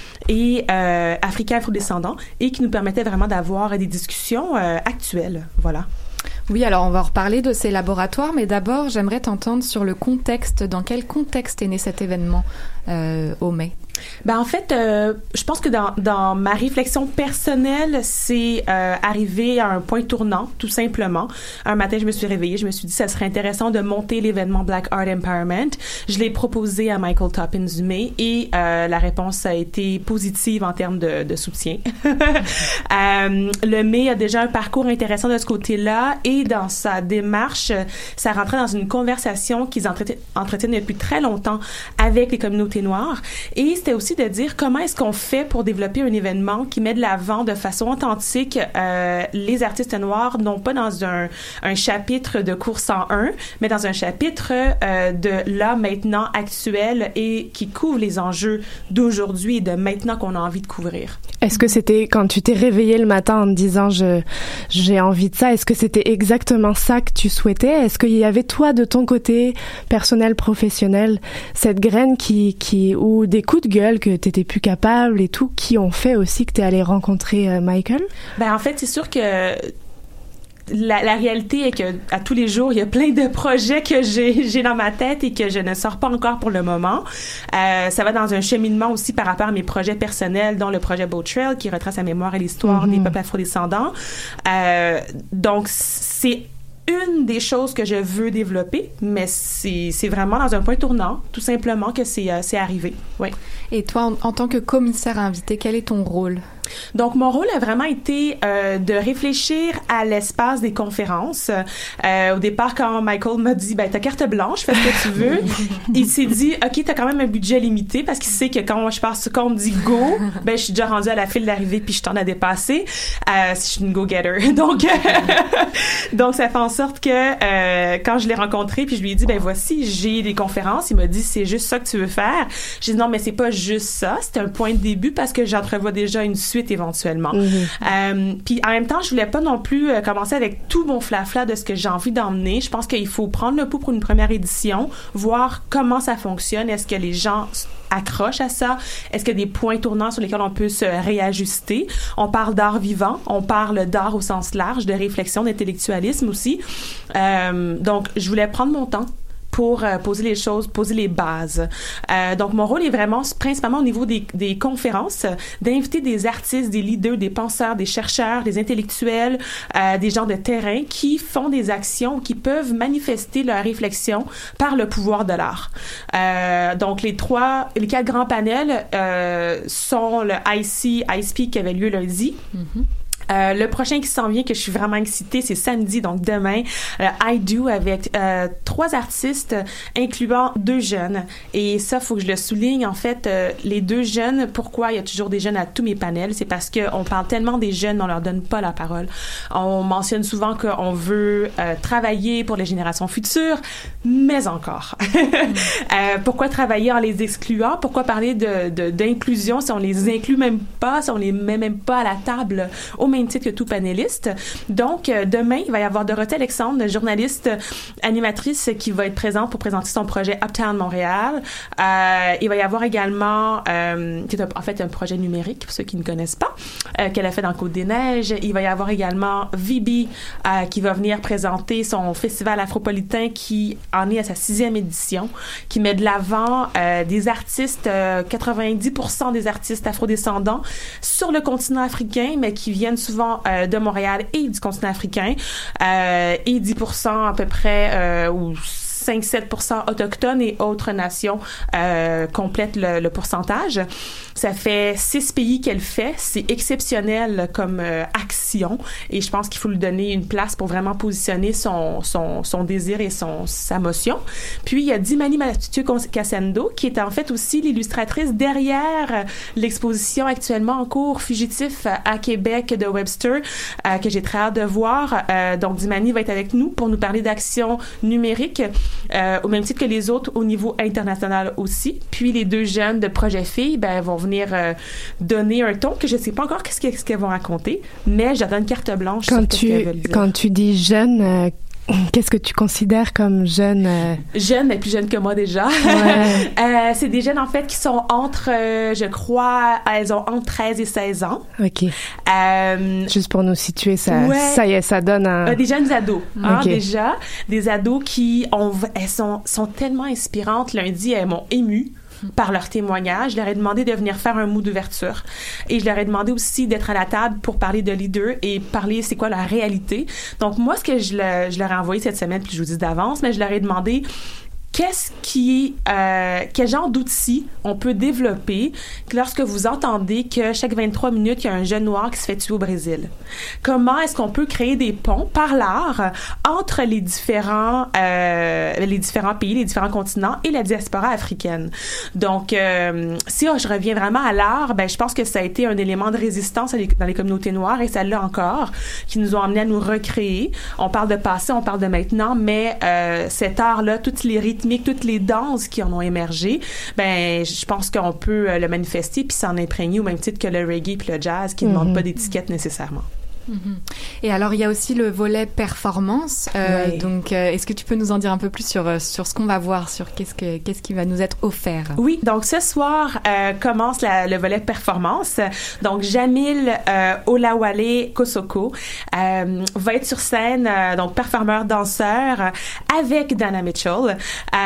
et africains afrodescendants, et qui nous permettait vraiment d'avoir des discussions actuelles. Voilà. Oui, alors on va reparler de ces laboratoires, mais d'abord, j'aimerais t'entendre sur le contexte. Dans quel contexte est né cet événement au MEI? En fait, je pense que dans ma réflexion personnelle, c'est arrivé à un point tournant, tout simplement. Un matin, je me suis réveillée, je me suis dit, ça serait intéressant de monter l'événement Black Art Empowerment. Je l'ai proposé à Michael Toppin du MEI et la réponse a été positive en termes de soutien. Le MEI a déjà un parcours intéressant de ce côté-là, et dans sa démarche, ça rentrait dans une conversation qu'ils entretiennent depuis très longtemps avec les communautés noires. Et c'était aussi de dire comment est-ce qu'on fait pour développer un événement qui met de l'avant de façon authentique les artistes noirs, non pas dans un chapitre de cours 101, mais dans un chapitre de là, maintenant, actuel, et qui couvre les enjeux d'aujourd'hui et de maintenant qu'on a envie de couvrir. Est-ce que c'était, quand tu t'es réveillée le matin en te disant j'ai envie de ça, est-ce que c'était exactement ça que tu souhaitais? Est-ce qu'il y avait, toi, de ton côté personnel, professionnel, cette graine ou des coups de gueule que t'étais plus capable et tout, qui ont fait aussi que t'es allé rencontrer Michael? En fait, c'est sûr que la réalité est que à tous les jours, il y a plein de projets que j'ai dans ma tête et que je ne sors pas encore pour le moment. Ça va dans un cheminement aussi par rapport à mes projets personnels, dont le projet Boat Trail, qui retrace la mémoire et l'histoire des peuples afrodescendants. Donc, c'est une des choses que je veux développer, mais c'est vraiment dans un point tournant, tout simplement, que c'est arrivé. Oui. Et toi, en tant que commissaire invité, quel est ton rôle? Donc, mon rôle a vraiment été de réfléchir à l'espace des conférences. Au départ, quand Michael m'a dit, t'as carte blanche, fais ce que tu veux, il s'est dit, OK, t'as quand même un budget limité, parce qu'il sait que quand on me dit go, je suis déjà rendue à la file d'arrivée puis je t'en ai dépassé. Je suis une go-getter. Donc, ça fait en sorte que quand je l'ai rencontré puis je lui ai dit, voici, j'ai des conférences, il m'a dit, c'est juste ça que tu veux faire? J'ai dit, non, mais c'est pas juste ça, c'est un point de début parce que j'entrevois déjà une suite éventuellement. Puis en même temps, je voulais pas non plus commencer avec tout mon flafla de ce que j'ai envie d'emmener. Je pense qu'il faut prendre le pouls pour une première édition, voir comment ça fonctionne. Est-ce que les gens accrochent à ça? Est-ce qu'il y a des points tournants sur lesquels on peut se réajuster? On parle d'art vivant, on parle d'art au sens large, de réflexion, d'intellectualisme aussi. Donc, je voulais prendre mon temps pour poser les choses, poser les bases. Donc, mon rôle est vraiment principalement au niveau des conférences, d'inviter des artistes, des leaders, des penseurs, des chercheurs, des intellectuels, des gens de terrain qui font des actions, qui peuvent manifester leur réflexion par le pouvoir de l'art. Donc, les 4 grands panels sont le I Speak qui avait lieu lundi. Mm-hmm. Le prochain qui s'en vient, que je suis vraiment excitée, c'est samedi, donc demain, I Do, avec 3 artistes, incluant 2 jeunes. Et ça, faut que je le souligne. En fait, les 2 jeunes, pourquoi il y a toujours des jeunes à tous mes panels? C'est parce qu'on parle tellement des jeunes, on leur donne pas la parole. On mentionne souvent qu'on veut travailler pour les générations futures, mais encore. Pourquoi travailler en les excluant? Pourquoi parler d'inclusion si on les inclut même pas, si on les met même pas à la table au même titre que tout panéliste. Donc, demain, il va y avoir Dorothée Alexandre, journaliste, animatrice, qui va être présente pour présenter son projet Uptown Montréal. Il va y avoir également, qui est en fait un projet numérique, pour ceux qui ne connaissent pas, qu'elle a fait dans Côte-des-Neiges. Il va y avoir également Vibi, qui va venir présenter son festival afropolitain qui en est à sa 6e édition, qui met de l'avant des artistes, 90% des artistes afrodescendants sur le continent africain, mais qui viennent souvent de Montréal et du continent africain, et 10% à peu près, ou 5-7% autochtones et autres nations complètent le pourcentage. Ça fait 6 pays qu'elle fait. C'est exceptionnel comme action et je pense qu'il faut lui donner une place pour vraiment positionner son désir et sa motion. Puis, il y a Dimani Mathieu-Cassendo qui est en fait aussi l'illustratrice derrière l'exposition actuellement en cours Fugitif à Québec de Webster que j'ai très hâte de voir. Donc, Dimani va être avec nous pour nous parler d'action numérique au même titre que les autres au niveau international aussi. Puis, les 2 jeunes de Projet Filles vont venir donner un ton que je ne sais pas encore qu'est-ce qu'elles vont raconter, mais je leur donne carte blanche sur ce qu'elles veulent dire. Quand tu dis jeune, qu'est-ce que tu considères comme jeune? Jeune, mais plus jeune que moi déjà. Ouais. C'est des jeunes, en fait, qui sont entre, je crois, elles ont entre 13 et 16 ans. OK. Juste pour nous situer, ça y est, ça donne un... Des jeunes ados, déjà. Des ados elles sont tellement inspirantes. Lundi, elles m'ont émue par leur témoignage. Je leur ai demandé de venir faire un mot d'ouverture et je leur ai demandé aussi d'être à la table pour parler de leader et parler c'est quoi la réalité. Donc moi, ce que je leur ai envoyé cette semaine, puis je vous dis d'avance, mais je leur ai demandé quel genre d'outils on peut développer lorsque vous entendez que chaque 23 minutes, il y a un jeune noir qui se fait tuer au Brésil? Comment est-ce qu'on peut créer des ponts par l'art entre les différents pays, les différents continents et la diaspora africaine? Donc, si je reviens vraiment à l'art, je pense que ça a été un élément de résistance dans les communautés noires et ça l'est encore, qui nous ont amené à nous recréer. On parle de passé, on parle de maintenant, mais cet art-là, toutes les rythmiques, toutes les danses qui en ont émergé, je pense qu'on peut le manifester puis s'en imprégner au même titre que le reggae puis le jazz qui ne demandent pas d'étiquette nécessairement. Et alors, il y a aussi le volet performance. Donc, est-ce que tu peux nous en dire un peu plus sur ce qu'on va voir, sur qu'est-ce qui va nous être offert? Oui, donc ce soir commence le volet performance. Donc, Jamil Olawale Kosoko va être sur scène, donc performeur-danseur, avec Dana Mitchell.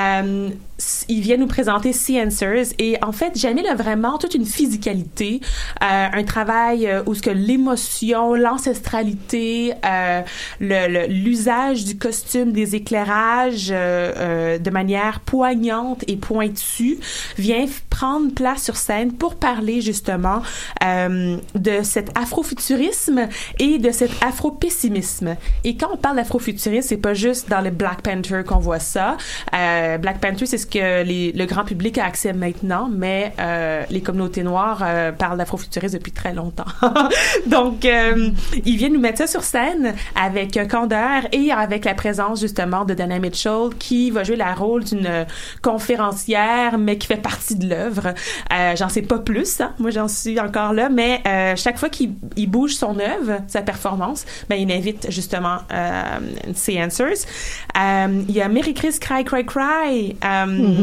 Il vient nous présenter See Answers et en fait, Jamil a vraiment toute une physicalité, un travail où ce que l'émotion, l'ancestralité, l'usage du costume, des éclairages de manière poignante et pointue vient prendre place sur scène pour parler justement de cet afrofuturisme et de cet afropessimisme. Et quand on parle d'afrofuturisme, c'est pas juste dans le Black Panther qu'on voit ça. Black Panther, c'est ce que le grand public a accès maintenant, mais les communautés noires parlent d'afrofuturisme depuis très longtemps. Donc, il vient nous mettre ça sur scène avec candeur et avec la présence justement de Dana Mitchell qui va jouer le rôle d'une conférencière, mais qui fait partie de l'œuvre. J'en sais pas plus, hein? Moi j'en suis encore là, mais chaque fois qu'il bouge son œuvre, sa performance, il invite justement See Answers. Il y a Mary Chris Cry Cry Cry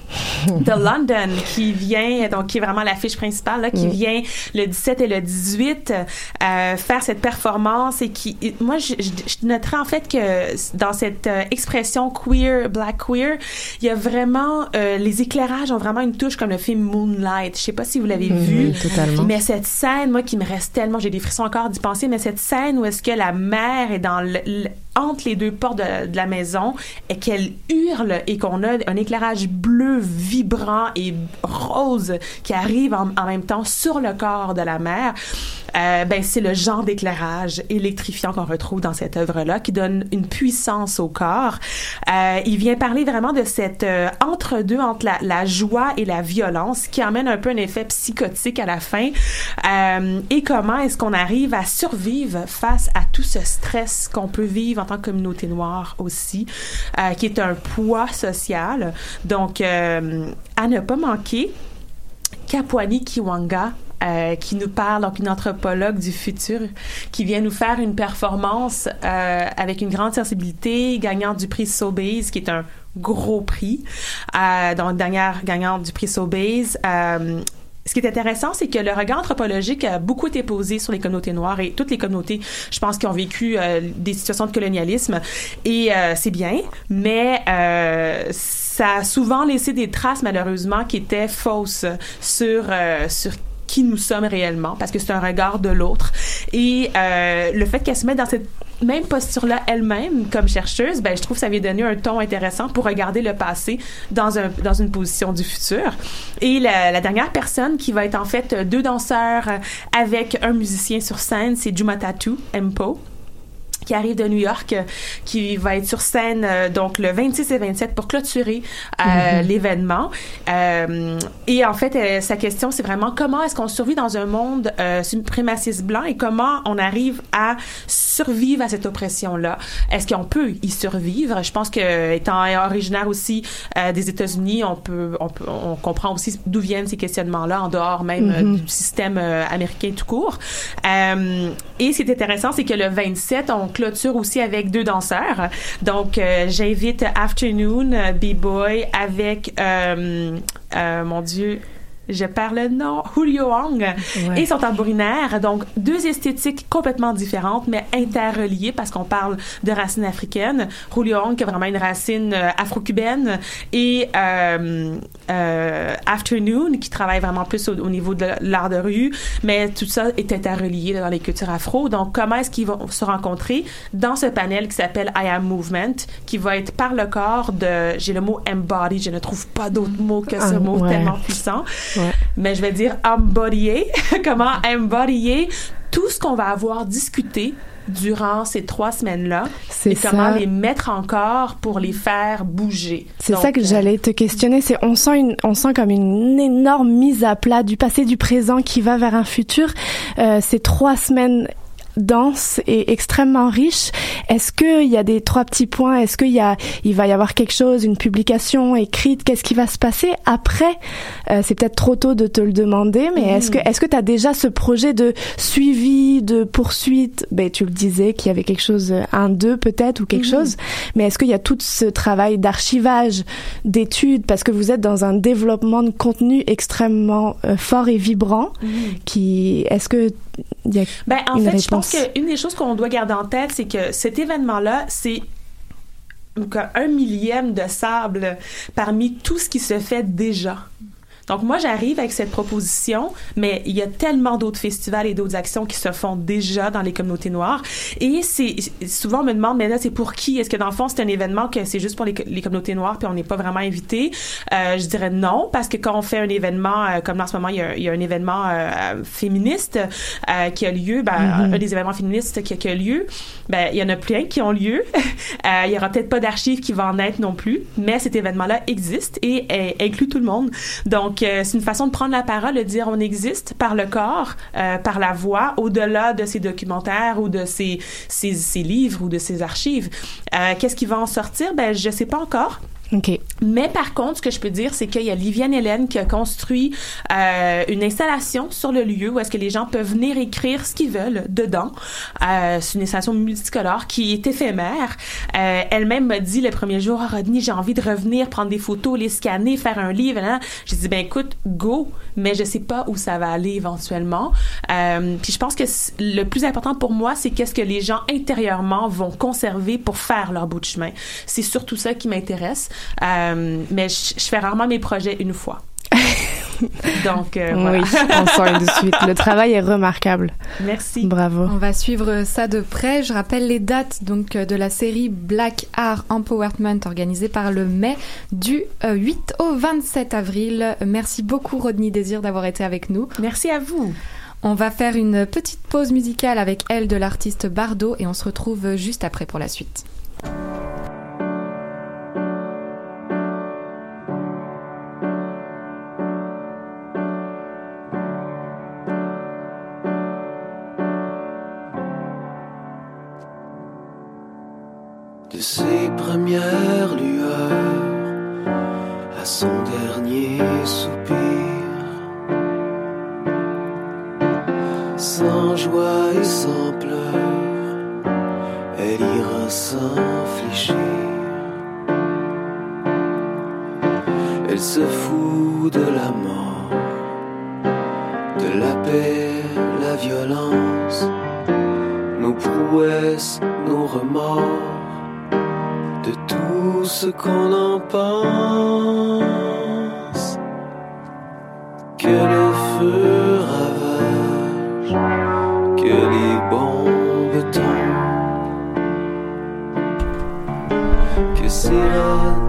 de London qui vient, donc qui est vraiment l'affiche principale, là, qui vient le 17 et le 18 faire cette performance et qui, moi, je noterais en fait que dans cette expression queer, black queer, il y a vraiment, les éclairages ont vraiment une touche comme le film Moonlight. Je sais pas si vous l'avez vu, totalement. mais cette scène, moi, qui me reste tellement, j'ai des frissons encore d'y penser, mais cette scène où est-ce que la mère est dans entre les deux portes de la maison et qu'elle hurle et qu'on a un éclairage bleu vibrant et rose qui arrive en même temps sur le corps de la mère, ben c'est le genre d'éclairage électrifiant qu'on retrouve dans cette œuvre-là qui donne une puissance au corps. Il vient parler vraiment de cette entre-deux entre la joie et la violence qui amène un peu un effet psychotique à la fin et comment est-ce qu'on arrive à survivre face à tout ce stress qu'on peut vivre en tant que communauté noire aussi, qui est un poids social. Donc, à ne pas manquer, Kapwani Kiwanga, qui nous parle, donc une anthropologue du futur, qui vient nous faire une performance avec une grande sensibilité, gagnante du prix Sobeys, qui est un gros prix, donc dernière gagnante du prix Sobeys. Ce qui est intéressant, c'est que le regard anthropologique a beaucoup été posé sur les communautés noires et toutes les communautés, je pense, qui ont vécu des situations de colonialisme. Et c'est bien, mais ça a souvent laissé des traces, malheureusement, qui étaient fausses sur qui nous sommes réellement, parce que c'est un regard de l'autre. Et le fait qu'elle se mette dans cette même posture-là elle-même, comme chercheuse, ben, je trouve que ça vient donner un ton intéressant pour regarder le passé dans une position du futur. Et la dernière personne qui va être en fait deux danseurs avec un musicien sur scène, c'est Jumatatu Mpo, qui arrive de New York, qui va être sur scène donc le 26 et 27 pour clôturer l'événement. Et en fait, sa question, c'est vraiment comment est-ce qu'on survit dans un monde suprémaciste blanc et comment on arrive à survivre à cette oppression-là. Est-ce qu'on peut y survivre? Je pense que, étant originaire aussi des États-Unis, on comprend aussi d'où viennent ces questionnements-là en dehors même du système américain tout court. Et ce qui est intéressant, c'est que le 27, on clôture aussi avec deux danseurs. Donc, j'invite Afternoon B-Boy avec, mon Dieu, je perds le nom, Julio Wong et son tambourinaire. Donc, deux esthétiques complètement différentes, mais interreliées parce qu'on parle de racines africaines. Julio Wong qui a vraiment une racine afro-cubaine et Afternoon qui travaille vraiment plus au niveau de l'art de rue, mais tout ça est interrelié dans les cultures afro. Donc, comment est-ce qu'ils vont se rencontrer dans ce panel qui s'appelle I Am Movement, qui va être par le corps de, j'ai le mot embody, je ne trouve pas d'autre mot que ce mot tellement puissant. Mais je vais dire embodyer, comment embodyer tout ce qu'on va avoir discuté durant ces 3 semaines-là et comment les mettre en corps pour les faire bouger. C'est donc, ça que j'allais te questionner, c'est on sent comme une énorme mise à plat du passé, du présent qui va vers un futur. Ces 3 semaines dense et extrêmement riche. Est-ce qu'il y a des 3 petits points? Est-ce qu'il va y avoir quelque chose, une publication écrite? Qu'est-ce qui va se passer après? C'est peut-être trop tôt de te le demander, mais est-ce que tu as déjà ce projet de suivi, de poursuite? Ben, tu le disais qu'il y avait quelque chose, 1-2 peut-être, ou quelque chose. Mais est-ce qu'il y a tout ce travail d'archivage, d'études, parce que vous êtes dans un développement de contenu extrêmement fort et vibrant, est-ce que il y a en fait, je pense qu'une des choses qu'on doit garder en tête, c'est que cet événement-là, c'est 1 millième de sable parmi tout ce qui se fait déjà. Donc, moi, j'arrive avec cette proposition, mais il y a tellement d'autres festivals et d'autres actions qui se font déjà dans les communautés noires. Et souvent, on me demande, mais là, c'est pour qui? Est-ce que dans le fond, c'est un événement que c'est juste pour les communautés noires puis on n'est pas vraiment invité? Je dirais non, parce que quand on fait un événement, comme en ce moment, il y a un événement féministe qui a lieu, un des événements féministes qui a lieu, il y en a plein qui ont lieu. Il y aura peut-être pas d'archives qui vont en être non plus, mais cet événement-là existe et inclut tout le monde. Donc, c'est une façon de prendre la parole, de dire on existe par le corps, par la voix, au-delà de ces documentaires ou de ces livres ou de ces archives. Qu'est-ce qui va en sortir? Je sais pas encore. OK. Mais par contre, ce que je peux dire, c'est qu'il y a Liviane Hélène qui a construit une installation sur le lieu où est-ce que les gens peuvent venir écrire ce qu'ils veulent dedans. C'est une installation multicolore qui est éphémère. Elle-même m'a dit le premier jour, « Rodney, j'ai envie de revenir, prendre des photos, les scanner, faire un livre. » J'ai dit, ben écoute, go, mais je sais pas où ça va aller éventuellement. Puis je pense que le plus important pour moi, c'est qu'est-ce que les gens intérieurement vont conserver pour faire leur bout de chemin. C'est surtout ça qui m'intéresse. Mais je fais rarement mes projets une fois. Donc, voilà. Oui, on sent de suite. Le travail est remarquable. Merci. Bravo. On va suivre ça de près. Je rappelle les dates donc de la série Black Art Empowerment organisée par le Mai du 8 au 27 avril. Merci beaucoup Rodney Désir d'avoir été avec nous. Merci à vous. On va faire une petite pause musicale avec Elle de l'artiste Bardot et on se retrouve juste après pour la suite. De ses premières lueurs à son dernier soupir, sans joie et sans pleurs, elle ira sans fléchir. Elle se fout de la mort, de la paix, la violence, nos prouesses, nos remords, de tout ce qu'on en pense. Que le feu ravage, que les bombes tombent, que s'érode.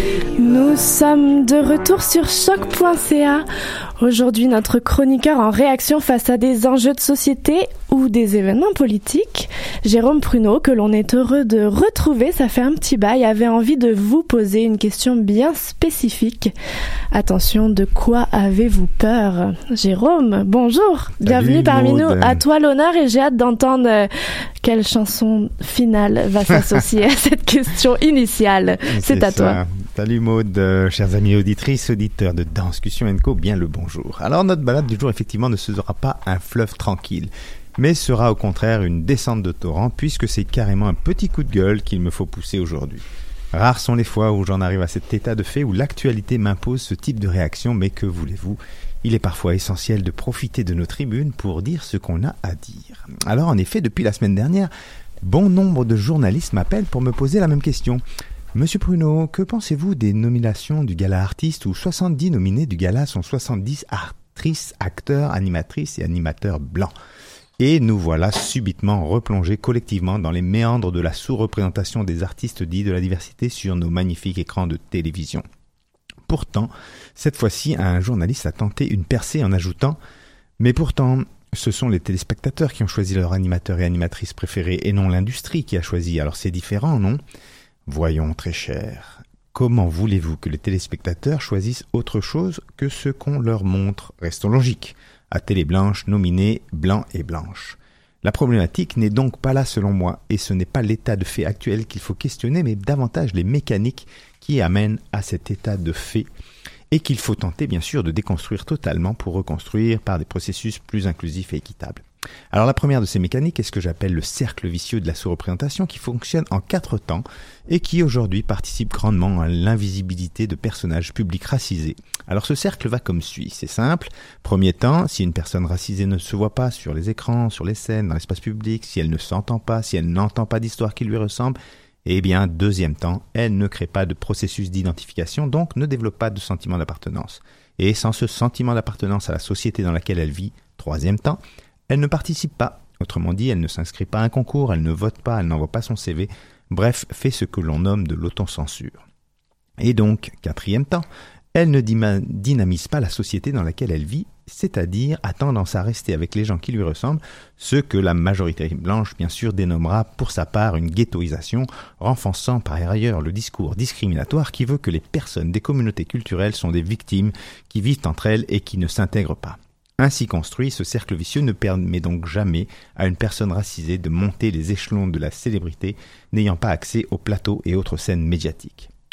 Nous sommes de retour sur choc.ca. Aujourd'hui, notre chroniqueur en réaction face à des enjeux de société ou des événements politiques, Jérôme Pruneau, que l'on est heureux de retrouver, ça fait un petit bail, avait envie de vous poser une question bien spécifique. Attention, de quoi avez-vous peur? Jérôme, bonjour, bienvenue parmi nous. À toi l'honneur et j'ai hâte d'entendre quelle chanson finale va s'associer à cette question initiale. C'est à toi. Salut Maud, chers amis auditrices, auditeurs de Danscussion & Co, bien le bonjour. Alors notre balade du jour effectivement ne sera pas un fleuve tranquille, mais sera au contraire une descente de torrent puisque c'est carrément un petit coup de gueule qu'il me faut pousser aujourd'hui. Rares sont les fois où j'en arrive à cet état de fait où l'actualité m'impose ce type de réaction, mais que voulez-vous ? Il est parfois essentiel de profiter de nos tribunes pour dire ce qu'on a à dire. Alors en effet, depuis la semaine dernière, bon nombre de journalistes m'appellent pour me poser la même question. Monsieur Pruneau, que pensez-vous des nominations du Gala Artiste où 70 nominés du Gala sont 70 actrices, acteurs, animatrices et animateurs blancs? Et nous voilà subitement replongés collectivement dans les méandres de la sous-représentation des artistes dits de la diversité sur nos magnifiques écrans de télévision. Pourtant, cette fois-ci, un journaliste a tenté une percée en ajoutant « Mais pourtant, ce sont les téléspectateurs qui ont choisi leur animateur et animatrice préférés et non l'industrie qui a choisi. Alors c'est différent, non ?» Voyons, très cher, comment voulez-vous que les téléspectateurs choisissent autre chose que ce qu'on leur montre? Restons logiques. À télé blanche, nominés blancs et blanches. La problématique n'est donc pas là selon moi, et ce n'est pas l'état de fait actuel qu'il faut questionner, mais davantage les mécaniques qui amènent à cet état de fait, et qu'il faut tenter bien sûr de déconstruire totalement pour reconstruire par des processus plus inclusifs et équitables. Alors la première de ces mécaniques est ce que j'appelle le cercle vicieux de la sous-représentation qui fonctionne en 4 temps et qui aujourd'hui participe grandement à l'invisibilité de personnages publics racisés. Alors ce cercle va comme suit, c'est simple. Premier temps, si une personne racisée ne se voit pas sur les écrans, sur les scènes, dans l'espace public, si elle ne s'entend pas, si elle n'entend pas d'histoire qui lui ressemble, eh bien, deuxième temps, elle ne crée pas de processus d'identification, donc ne développe pas de sentiment d'appartenance. Et sans ce sentiment d'appartenance à la société dans laquelle elle vit, troisième temps, elle ne participe pas. Autrement dit, elle ne s'inscrit pas à un concours, elle ne vote pas, elle n'envoie pas son CV. Bref, fait ce que l'on nomme de l'autocensure. Et donc, quatrième temps, elle ne dynamise pas la société dans laquelle elle vit, c'est-à-dire a tendance à rester avec les gens qui lui ressemblent, ce que la majorité blanche, bien sûr, dénommera pour sa part une ghettoisation, renforçant par ailleurs le discours discriminatoire qui veut que les personnes des communautés culturelles sont des victimes qui vivent entre elles et qui ne s'intègrent pas. Ainsi construit, ce cercle vicieux ne permet donc jamais à une personne racisée de monter les échelons de la célébrité, n'ayant pas accès aux plateaux et autres scènes médiatiques.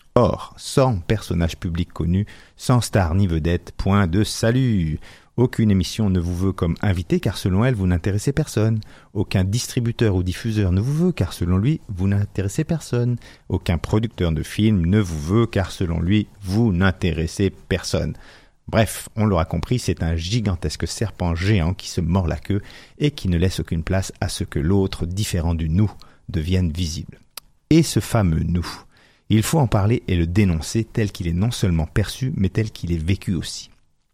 Or, sans personnage public connu, sans star ni vedette, point de salut. Aucune émission ne vous veut comme invité car selon elle, vous n'intéressez personne. Aucun distributeur ou diffuseur ne vous veut car selon lui, vous n'intéressez personne. Aucun producteur de film ne vous veut car selon lui, vous n'intéressez personne. Bref, on l'aura compris, c'est un gigantesque serpent géant qui se mord la queue et qui ne laisse aucune place à ce que l'autre, différent du nous, devienne visible. Et ce fameux nous, il faut en parler et le dénoncer tel qu'il est non seulement perçu, mais tel qu'il est vécu aussi.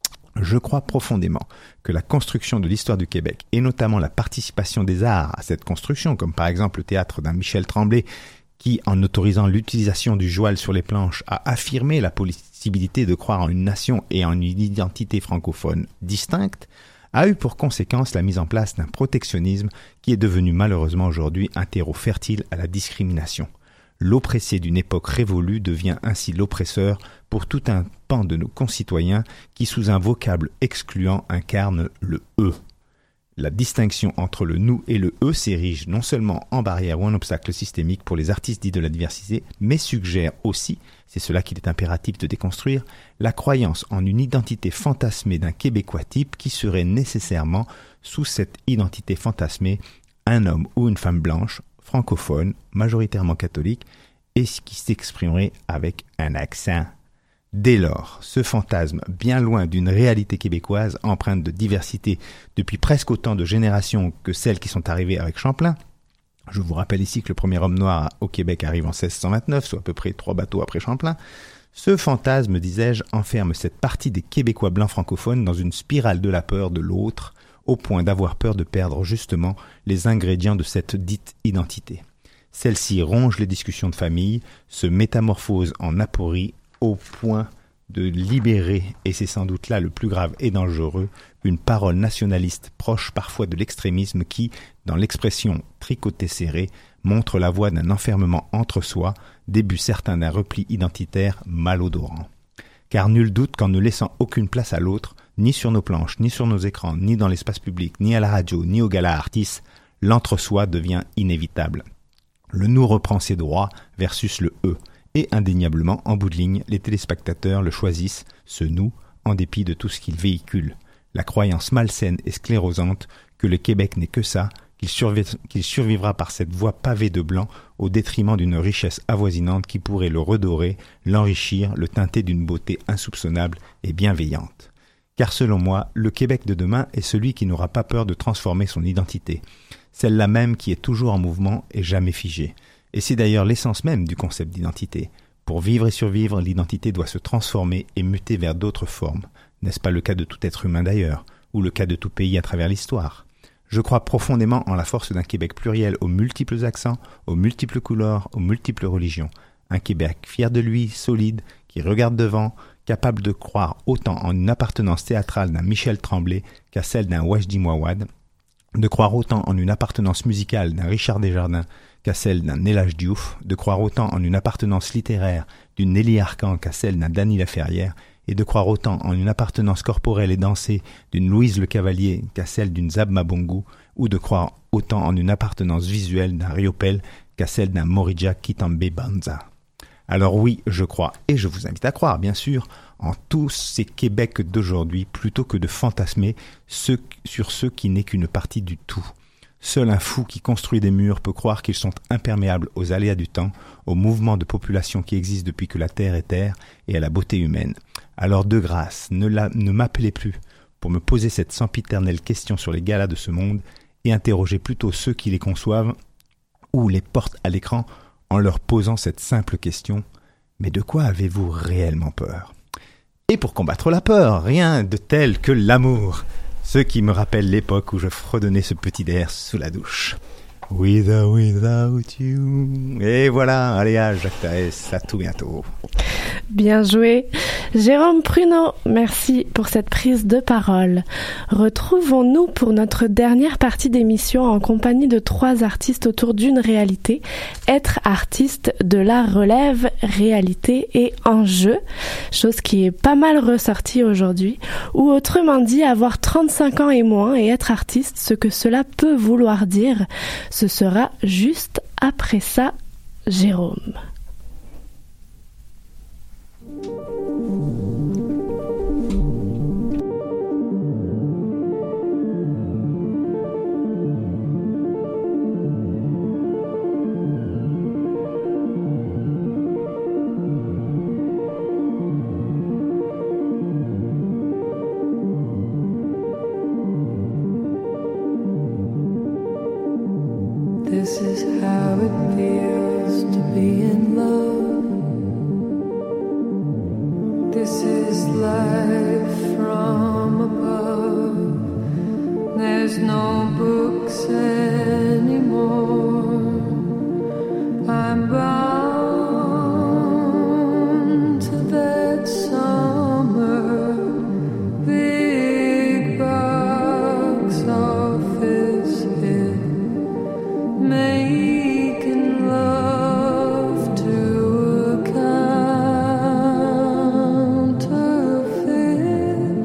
Je crois profondément que la construction de l'histoire du Québec, et notamment la participation des arts à cette construction, comme par exemple le théâtre d'un Michel Tremblay, qui, en autorisant l'utilisation du joual sur les planches, a affirmé la possibilité de croire en une nation et en une identité francophone distincte, a eu pour conséquence la mise en place d'un protectionnisme qui est devenu malheureusement aujourd'hui un terreau fertile à la discrimination. L'oppressé d'une époque révolue devient ainsi l'oppresseur pour tout un pan de nos concitoyens qui, sous un vocable excluant, incarne le « eux ». La distinction entre le « nous » et le « eux » s'érige non seulement en barrière ou en obstacle systémique pour les artistes dits de la diversité, mais suggère aussi, c'est cela qu'il est impératif de déconstruire, la croyance en une identité fantasmée d'un Québécois type qui serait nécessairement, sous cette identité fantasmée, un homme ou une femme blanche, francophone, majoritairement catholique, et qui s'exprimerait avec un accent. Dès lors, ce fantasme, bien loin d'une réalité québécoise empreinte de diversité depuis presque autant de générations que celles qui sont arrivées avec Champlain, je vous rappelle ici que le premier homme noir au Québec arrive en 1629, soit à peu près 3 bateaux après Champlain, ce fantasme, disais-je, enferme cette partie des Québécois blancs francophones dans une spirale de la peur de l'autre, au point d'avoir peur de perdre justement les ingrédients de cette dite identité. Celle-ci ronge les discussions de famille, se métamorphose en aporie au point de libérer, et c'est sans doute là le plus grave et dangereux, une parole nationaliste proche parfois de l'extrémisme qui, dans l'expression « tricoté serré », montre la voie d'un enfermement entre soi, début certain d'un repli identitaire malodorant. Car nul doute qu'en ne laissant aucune place à l'autre, ni sur nos planches, ni sur nos écrans, ni dans l'espace public, ni à la radio, ni au gala artiste, l'entre-soi devient inévitable. Le nous reprend ses droits versus le eux, et indéniablement, en bout de ligne, les téléspectateurs le choisissent, ce nous, en dépit de tout ce qu'il véhicule. La croyance malsaine et sclérosante que le Québec n'est que ça, qu'il survivra par cette voie pavée de blanc au détriment d'une richesse avoisinante qui pourrait le redorer, l'enrichir, le teinter d'une beauté insoupçonnable et bienveillante. Car selon moi, le Québec de demain est celui qui n'aura pas peur de transformer son identité, celle-là même qui est toujours en mouvement et jamais figée. Et c'est d'ailleurs l'essence même du concept d'identité. Pour vivre et survivre, l'identité doit se transformer et muter vers d'autres formes. N'est-ce pas le cas de tout être humain d'ailleurs, ou le cas de tout pays à travers l'histoire ? Je crois profondément en la force d'un Québec pluriel aux multiples accents, aux multiples couleurs, aux multiples religions. Un Québec fier de lui, solide, qui regarde devant, capable de croire autant en une appartenance théâtrale d'un Michel Tremblay qu'à celle d'un Wajdi Mouawad, de croire autant en une appartenance musicale d'un Richard Desjardins qu'à celle d'un Elhadji Diouf, de croire autant en une appartenance littéraire d'une Nelly Arcan qu'à celle d'un Dany Laferrière, et de croire autant en une appartenance corporelle et dansée d'une Louise Le Cavalier qu'à celle d'une Zab Mabongo, ou de croire autant en une appartenance visuelle d'un Riopelle qu'à celle d'un Morija Kitambe Banza. Alors oui, je crois, et je vous invite à croire, bien sûr, en tous ces Québecs d'aujourd'hui, plutôt que de fantasmer sur ceux qui n'est qu'une partie du tout. Seul un fou qui construit des murs peut croire qu'ils sont imperméables aux aléas du temps, aux mouvements de population qui existent depuis que la terre est terre, et à la beauté humaine. Alors de grâce, ne m'appelez plus pour me poser cette sempiternelle question sur les galas de ce monde, et interrogez plutôt ceux qui les conçoivent ou les portent à l'écran en leur posant cette simple question « Mais de quoi avez-vous réellement peur ?» Et pour combattre la peur, rien de tel que l'amour, ce qui me rappelle l'époque où je fredonnais ce petit air sous la douche. Without you. Et voilà, allez à Jacques Taès, à tout bientôt. Bien joué. Jérôme Pruneau, merci pour cette prise de parole. Retrouvons-nous pour notre dernière partie d'émission en compagnie de 3 artistes autour d'une réalité, être artiste de la relève, réalité et enjeu, chose qui est pas mal ressortie aujourd'hui, ou autrement dit avoir 35 ans et moins et être artiste, ce que cela peut vouloir dire. Ce sera juste après ça, Jérôme. This is how it feels to be in love. This is life from above. There's no books anymore. I'm bound to that summer big box office hit. Making love to a counterfeit.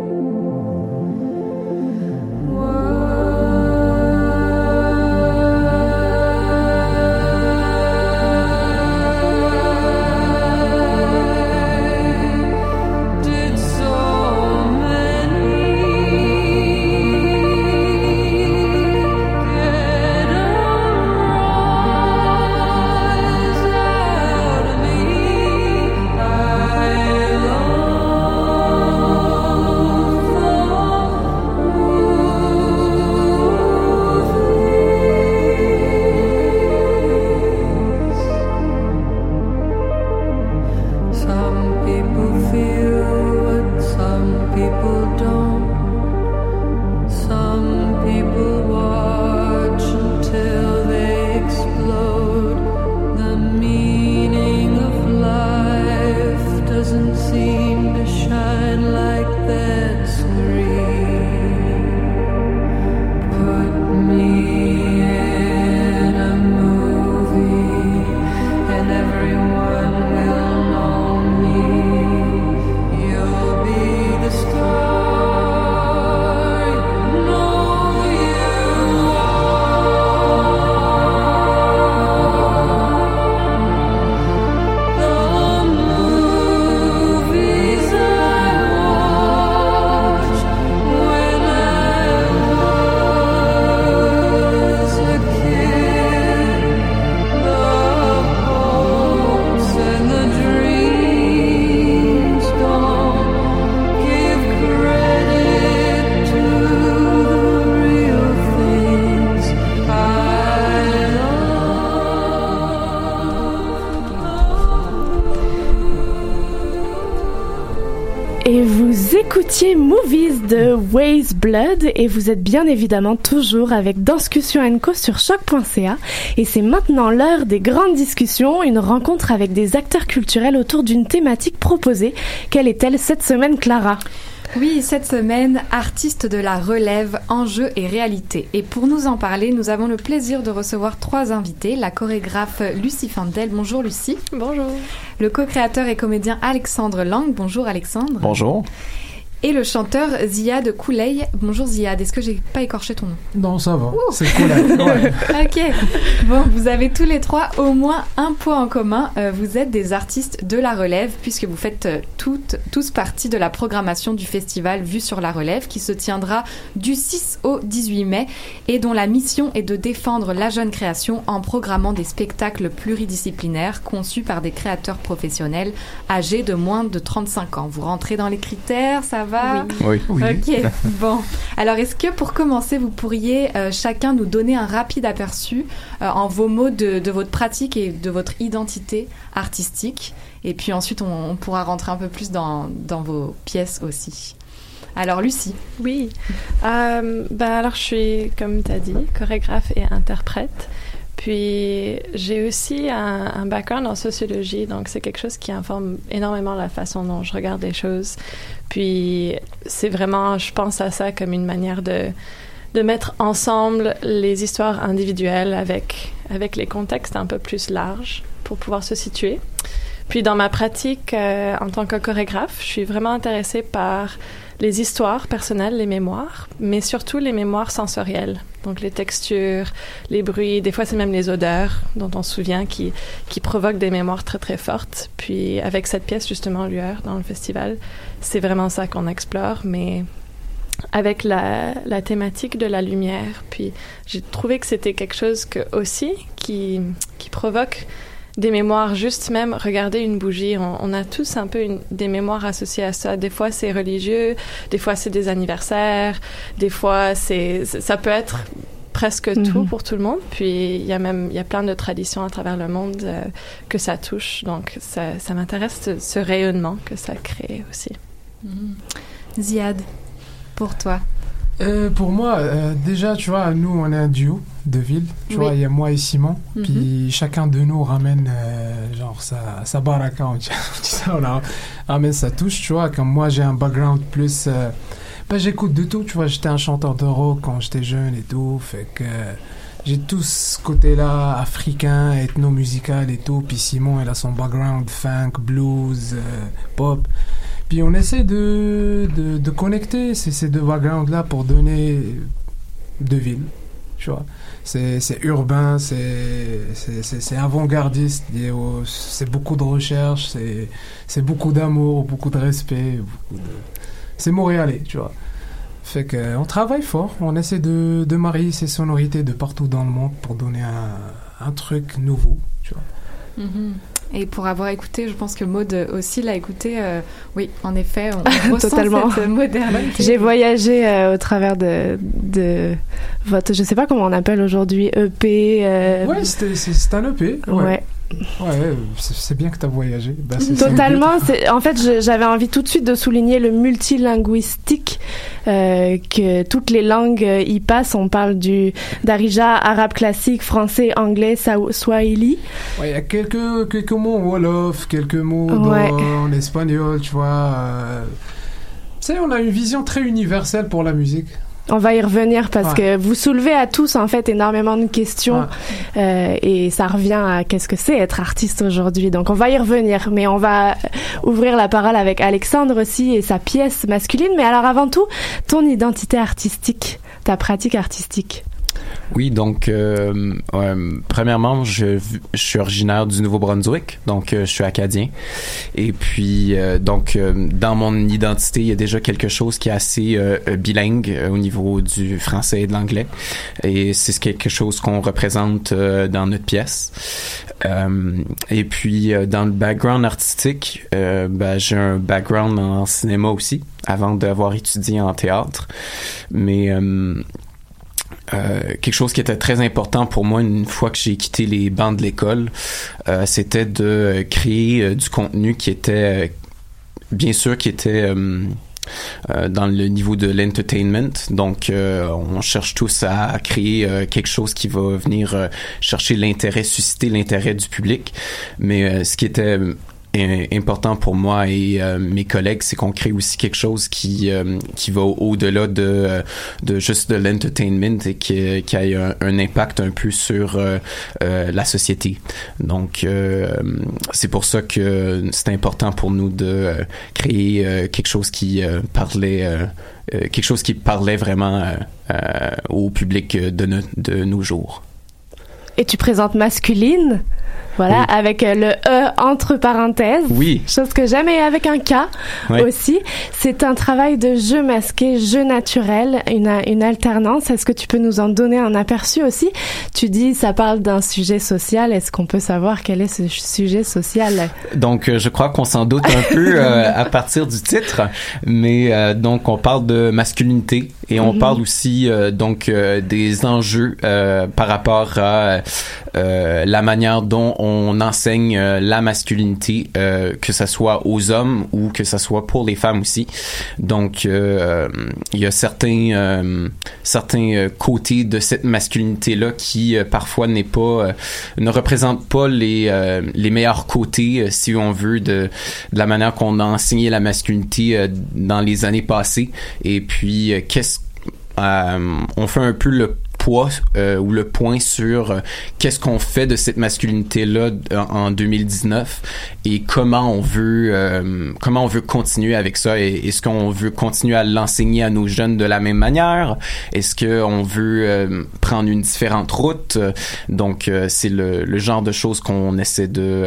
Did so many get Some people feel what some people don't. Some people watch until they explode. The meaning of life doesn't seem to shine like that screen. Put me in a movie and everyone will know me. You'll be the star, you know you are. The movies I watched when I was a kid, the hopes and the dreams don't give credit to the real things I Et vous écoutiez Movies de Waze Blood et vous êtes bien évidemment toujours avec Danscussion & Co sur choc.ca et c'est maintenant l'heure des grandes discussions, une rencontre avec des acteurs culturels autour d'une thématique proposée. Quelle est-elle cette semaine, Clara ? Oui, cette semaine, artistes de la relève, enjeux et réalité. Et pour nous en parler, nous avons le plaisir de recevoir 3 invités. La chorégraphe Lucie Fandel. Bonjour Lucie. Bonjour. Le co-créateur et comédien Alexandre Lang. Bonjour Alexandre. Bonjour. Et le chanteur Ziad Kouley. Bonjour Ziad, est-ce que j'ai pas écorché ton nom ? Non, ça va, c'est cool. Ouais. Ok. Bon, vous avez tous les 3 au moins un point en commun. Vous êtes des artistes de la relève puisque vous faites tous partie de la programmation du festival Vue sur la relève qui se tiendra du 6 au 18 mai et dont la mission est de défendre la jeune création en programmant des spectacles pluridisciplinaires conçus par des créateurs professionnels âgés de moins de 35 ans. Vous rentrez dans les critères, ça va ? Oui. Ok, bon. Alors, est-ce que pour commencer, vous pourriez chacun nous donner un rapide aperçu en vos mots de votre pratique et de votre identité artistique ? Et puis ensuite, on pourra rentrer un peu plus dans vos pièces aussi. Alors, Lucie. Oui. Alors, je suis, comme tu as dit, chorégraphe et interprète. Puis, j'ai aussi un background en sociologie, donc c'est quelque chose qui informe énormément la façon dont je regarde les choses. Puis, c'est vraiment, je pense à ça comme une manière de mettre ensemble les histoires individuelles avec les contextes un peu plus larges pour pouvoir se situer. Puis, dans ma pratique en tant que chorégraphe, je suis vraiment intéressée par les histoires personnelles, les mémoires, mais surtout les mémoires sensorielles. Donc les textures, les bruits, des fois c'est même les odeurs dont on se souvient qui provoquent des mémoires très très fortes. Puis avec cette pièce justement Lueur dans le festival, c'est vraiment ça qu'on explore, mais avec la thématique de la lumière. Puis j'ai trouvé que c'était quelque chose aussi qui provoque des mémoires, juste même regarder une bougie. On a tous un peu des mémoires associées à ça. Des fois, c'est religieux, des fois, c'est des anniversaires, des fois, ça peut être presque tout pour tout le monde. Puis, il y a plein de traditions à travers le monde que ça touche. Donc, ça m'intéresse ce rayonnement que ça crée aussi. Ziad, pour toi? Pour moi, déjà, tu vois, nous, on est un duo de ville. Tu vois, il y a moi et Simon. Puis chacun de nous ramène sa baraka, on dit ça, on ramène sa touche, tu vois. Comme moi, j'ai un background plus... j'écoute de tout, tu vois. J'étais un chanteur de rock quand j'étais jeune et tout. Fait que j'ai tout ce côté-là africain, ethno-musical et tout. Puis Simon, il a son background funk, blues, pop. Puis on essaie de connecter ces deux backgrounds-là pour donner deux villes, tu vois. C'est urbain, c'est avant-gardiste, c'est beaucoup de recherche, c'est beaucoup d'amour, beaucoup de respect, c'est montréalais, tu vois. Fait qu'on travaille fort, on essaie de marier ces sonorités de partout dans le monde pour donner un truc nouveau, tu vois. Et pour avoir écouté, je pense que Maud aussi l'a écouté. Oui, en effet, on ressent totalement cette modernité. J'ai voyagé au travers de votre, je sais pas comment on appelle aujourd'hui, EP. Ouais, c'est un EP. Ouais. Ouais, c'est bien que tu as voyagé. Totalement. En fait, j'avais envie tout de suite de souligner le multilinguistique, que toutes les langues y passent. On parle d'Arija, arabe classique, français, anglais, swahili. Ouais, il y a quelques mots en wolof, quelques mots en espagnol, tu vois. Tu sais, on a une vision très universelle pour la musique. On va y revenir parce que vous soulevez à tous en fait énormément de questions et ça revient à qu'est-ce que c'est être artiste aujourd'hui. Donc on va y revenir, mais on va ouvrir la parole avec Alexandre aussi et sa pièce masculine. Mais alors avant tout, ton identité artistique, ta pratique artistique. Oui, donc premièrement, je suis originaire du Nouveau-Brunswick, donc je suis acadien. Et puis dans mon identité, il y a déjà quelque chose qui est assez bilingue au niveau du français et de l'anglais. Et c'est quelque chose qu'on représente dans notre pièce. Et puis dans le background artistique, j'ai un background en cinéma aussi, avant d'avoir étudié en théâtre. Mais quelque chose qui était très important pour moi une fois que j'ai quitté les bancs de l'école, c'était de créer du contenu qui était bien sûr qui était dans le niveau de l'entertainment. Donc on cherche tous à créer quelque chose qui va venir chercher l'intérêt, susciter l'intérêt du public. Mais ce qui était important pour moi et mes collègues, c'est qu'on crée aussi quelque chose qui va au-delà de juste de l'entertainment et qui a un impact un peu sur la société. Donc c'est pour ça que c'est important pour nous de créer quelque chose qui parlait vraiment au public de nos jours. Et tu présentes masculine, voilà, avec le E entre parenthèses. Oui. Chose que jamais avec un K aussi. C'est un travail de jeu masqué, jeu naturel, une alternance. Est-ce que tu peux nous en donner un aperçu aussi? Tu dis, ça parle d'un sujet social. Est-ce qu'on peut savoir quel est ce sujet social? Donc, je crois qu'on s'en doute un peu à partir du titre. Mais donc, on parle de masculinité et on parle aussi des enjeux par rapport à la manière dont on enseigne la masculinité, que ça soit aux hommes ou que ça soit pour les femmes aussi. Donc, il y a certains côtés de cette masculinité-là qui parfois ne représentent pas les meilleurs côtés, si on veut, de la manière qu'on a enseigné la masculinité dans les années passées. Et puis, on fait un peu poids ou le point sur qu'est-ce qu'on fait de cette masculinité-là en 2019 et comment on veut continuer avec ça. Est-ce qu'on veut continuer à l'enseigner à nos jeunes de la même manière? Est-ce qu'on veut prendre une différente route? Donc, c'est le genre de choses qu'on essaie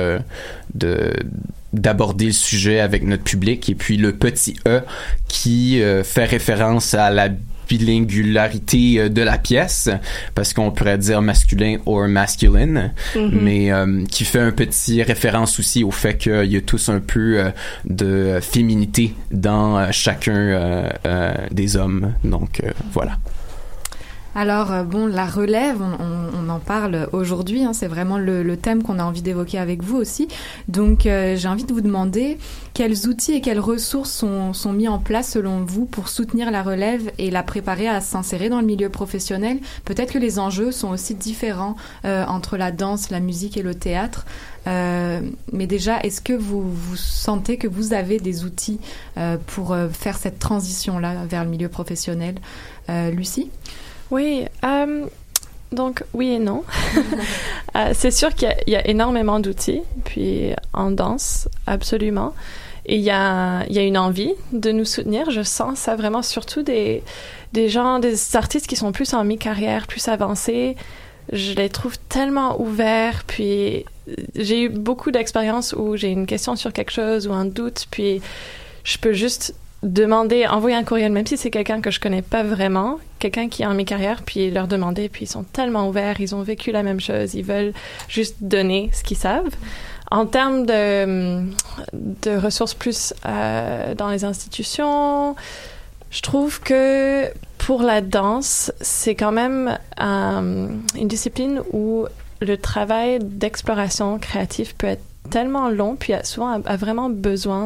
d'aborder le sujet avec notre public. Et puis le petit E qui fait référence à la bilingularité de la pièce, parce qu'on pourrait dire masculin or masculine, mais qui fait un petit référence aussi au fait qu'il y a tous un peu de féminité dans chacun des hommes. Donc voilà. Alors, bon, la relève, on en parle aujourd'hui, hein, c'est vraiment le thème qu'on a envie d'évoquer avec vous aussi. Donc, j'ai envie de vous demander quels outils et quelles ressources sont mis en place selon vous pour soutenir la relève et la préparer à s'insérer dans le milieu professionnel. Peut-être que les enjeux sont aussi différents entre la danse, la musique et le théâtre. Mais déjà, est-ce que vous sentez que vous avez des outils pour faire cette transition-là vers le milieu professionnel? Lucie? Oui, donc oui et non. C'est sûr qu'il y a énormément d'outils, puis en danse, absolument. Et il y a une envie de nous soutenir. Je sens ça vraiment, surtout des gens, des artistes qui sont plus en mi-carrière, plus avancés. Je les trouve tellement ouverts, puis j'ai eu beaucoup d'expériences où j'ai une question sur quelque chose ou un doute, puis je peux juste envoyer un courriel, même si c'est quelqu'un que je connais pas vraiment, quelqu'un qui est en mi-carrière, puis leur demander, puis ils sont tellement ouverts, ils ont vécu la même chose, ils veulent juste donner ce qu'ils savent. En termes de ressources plus dans les institutions, je trouve que pour la danse, c'est quand même une discipline où le travail d'exploration créative peut être tellement long, puis souvent a vraiment besoin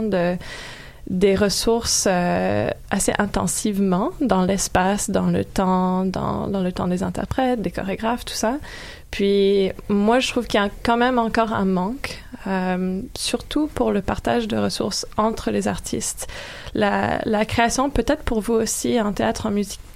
des ressources assez intensivement dans l'espace, dans le temps des interprètes, des chorégraphes, tout ça. Puis moi, je trouve qu'il y a quand même encore un manque, surtout pour le partage de ressources entre les artistes. La création, peut-être pour vous aussi en théâtre,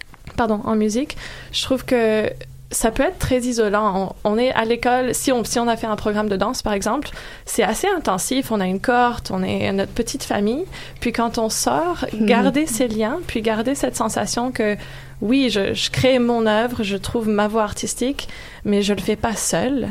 en musique, je trouve que ça peut être très isolant. On est à l'école, si on a fait un programme de danse, par exemple, c'est assez intensif. On a une cohorte, on est notre petite famille. Puis quand on sort, garder ces liens, puis garder cette sensation que, oui, je crée mon œuvre, je trouve ma voie artistique, mais je le fais pas seule.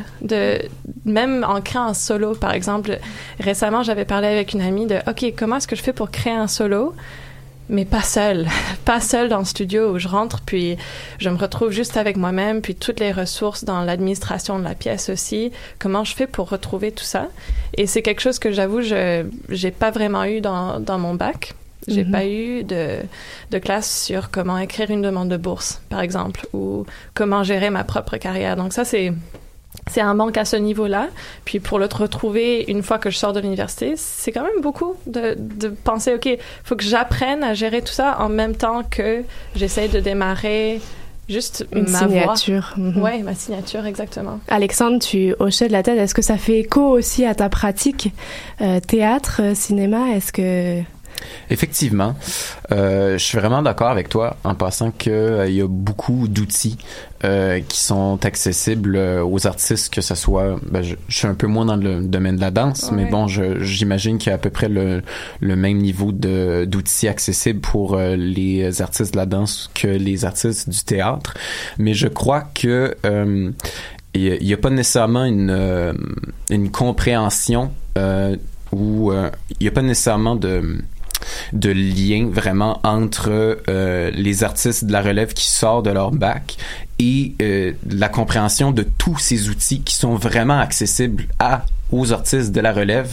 Même en créant un solo, par exemple, récemment, j'avais parlé avec une amie de, OK, comment est-ce que je fais pour créer un solo? Mais pas seule dans le studio où je rentre, puis je me retrouve juste avec moi-même, puis toutes les ressources dans l'administration de la pièce aussi. Comment je fais pour retrouver tout ça? Et c'est quelque chose que j'avoue, j'ai pas vraiment eu dans mon bac. J'ai pas eu de classe sur comment écrire une demande de bourse, par exemple, ou comment gérer ma propre carrière. Donc ça, c'est un manque à ce niveau-là. Puis pour le retrouver une fois que je sors de l'université, c'est quand même beaucoup de penser, OK, il faut que j'apprenne à gérer tout ça en même temps que j'essaye de démarrer juste ma signature. Oui, ma signature, exactement. Alexandre, tu hochais de la tête. Est-ce que ça fait écho aussi à ta pratique théâtre, cinéma? Est-ce que... Effectivement, je suis vraiment d'accord avec toi en pensant qu'il y a beaucoup d'outils qui sont accessibles aux artistes, que ce soit, je suis un peu moins dans le domaine de la danse, mais bon, j'imagine qu'il y a à peu près le même niveau d'outils accessibles pour les artistes de la danse que les artistes du théâtre, mais je crois que il n'y a pas nécessairement une compréhension ou il n'y a pas nécessairement de lien vraiment entre les artistes de la relève qui sortent de leur bac et la compréhension de tous ces outils qui sont vraiment accessibles aux artistes de la relève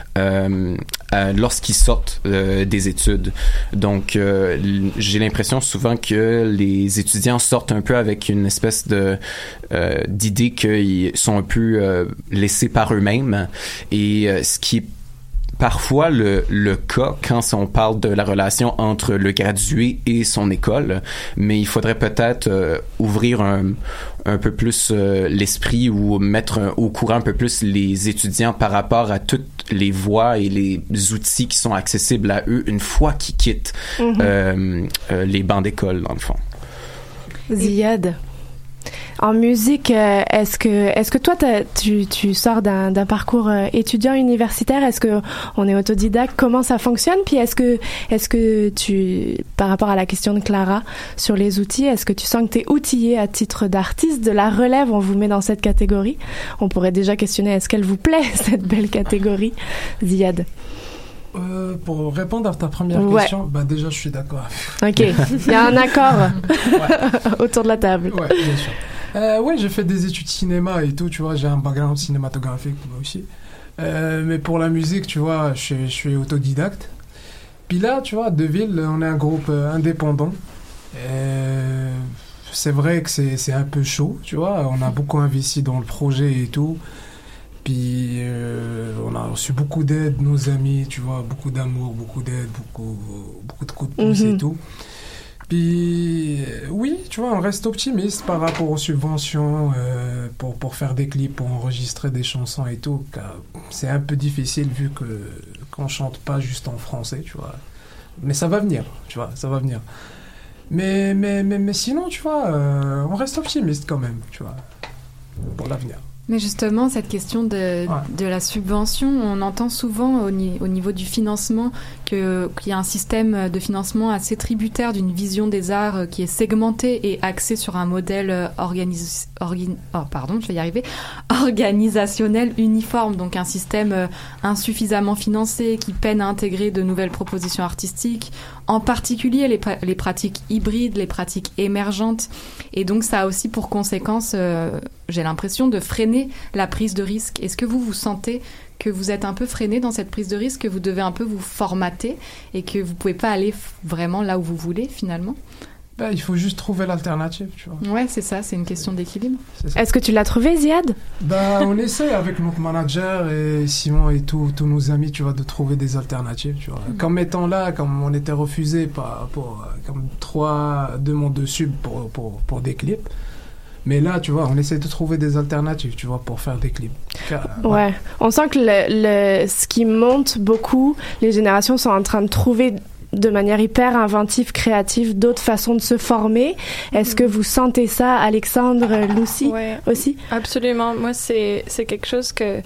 lorsqu'ils sortent des études. Donc, j'ai l'impression souvent que les étudiants sortent un peu avec une espèce d'idée qu'ils sont un peu laissés par eux-mêmes, et ce qui est parfois le cas quand on parle de la relation entre le gradué et son école, mais il faudrait peut-être ouvrir un peu plus l'esprit ou mettre au courant un peu plus les étudiants par rapport à toutes les voies et les outils qui sont accessibles à eux une fois qu'ils quittent les bancs d'école, dans le fond. Ziad. En musique, est-ce que toi, tu sors d'un parcours étudiant universitaire? Est-ce que on est autodidacte? Comment ça fonctionne? Puis est-ce que tu, par rapport à la question de Clara sur les outils, est-ce que tu sens que tu es outillé à titre d'artiste de la relève? On vous met dans cette catégorie. On pourrait déjà questionner, est-ce qu'elle vous plaît, cette belle catégorie? Ziad. Pour répondre à ta première question, déjà je suis d'accord. Ok, il y a un accord autour de la table. Ouais, bien sûr. Oui, j'ai fait des études cinéma et tout, tu vois, j'ai un background cinématographique moi aussi. Mais pour la musique, tu vois, je suis autodidacte. Puis là, tu vois, à Deville, on est un groupe indépendant. C'est vrai que c'est un peu chaud, tu vois, on a beaucoup investi dans le projet et tout. Puis on a reçu beaucoup d'aide, nos amis, tu vois, beaucoup d'amour, beaucoup d'aide, beaucoup de coups de pouce et tout. Puis oui, tu vois, on reste optimiste par rapport aux subventions pour faire des clips, pour enregistrer des chansons et tout. Car c'est un peu difficile vu qu'on chante pas juste en français, tu vois. Mais ça va venir, tu vois, ça va venir. Mais sinon, tu vois, on reste optimiste quand même, tu vois, pour l'avenir. Mais justement, cette question de la subvention, on entend souvent au niveau du financement qu'il y a un système de financement assez tributaire d'une vision des arts qui est segmentée et axée sur un modèle organisationnel uniforme, donc un système insuffisamment financé qui peine à intégrer de nouvelles propositions artistiques, en particulier les pratiques hybrides, les pratiques émergentes. Et donc ça a aussi pour conséquence, j'ai l'impression, de freiner la prise de risque. Est-ce que vous sentez que vous êtes un peu freiné dans cette prise de risque, que vous devez un peu vous formater et que vous pouvez pas aller vraiment là où vous voulez finalement? Il faut juste trouver l'alternative, tu vois. Ouais, c'est ça, c'est une question d'équilibre. Est-ce que tu l'as trouvé, Ziad? On essaie avec notre manager et Simon et tous nos amis, tu vois, de trouver des alternatives, tu vois. Comme étant là, comme on était refusé pour comme 3 demandes de sub pour des clips. Mais là, tu vois, on essaie de trouver des alternatives, tu vois, pour faire des clips. Ouais. On sent que ce qui monte beaucoup, les générations sont en train de trouver de manière hyper inventive, créative, d'autres façons de se former. Est-ce que vous sentez ça, Alexandre, Lucie, aussi? Absolument. Moi, c'est quelque chose que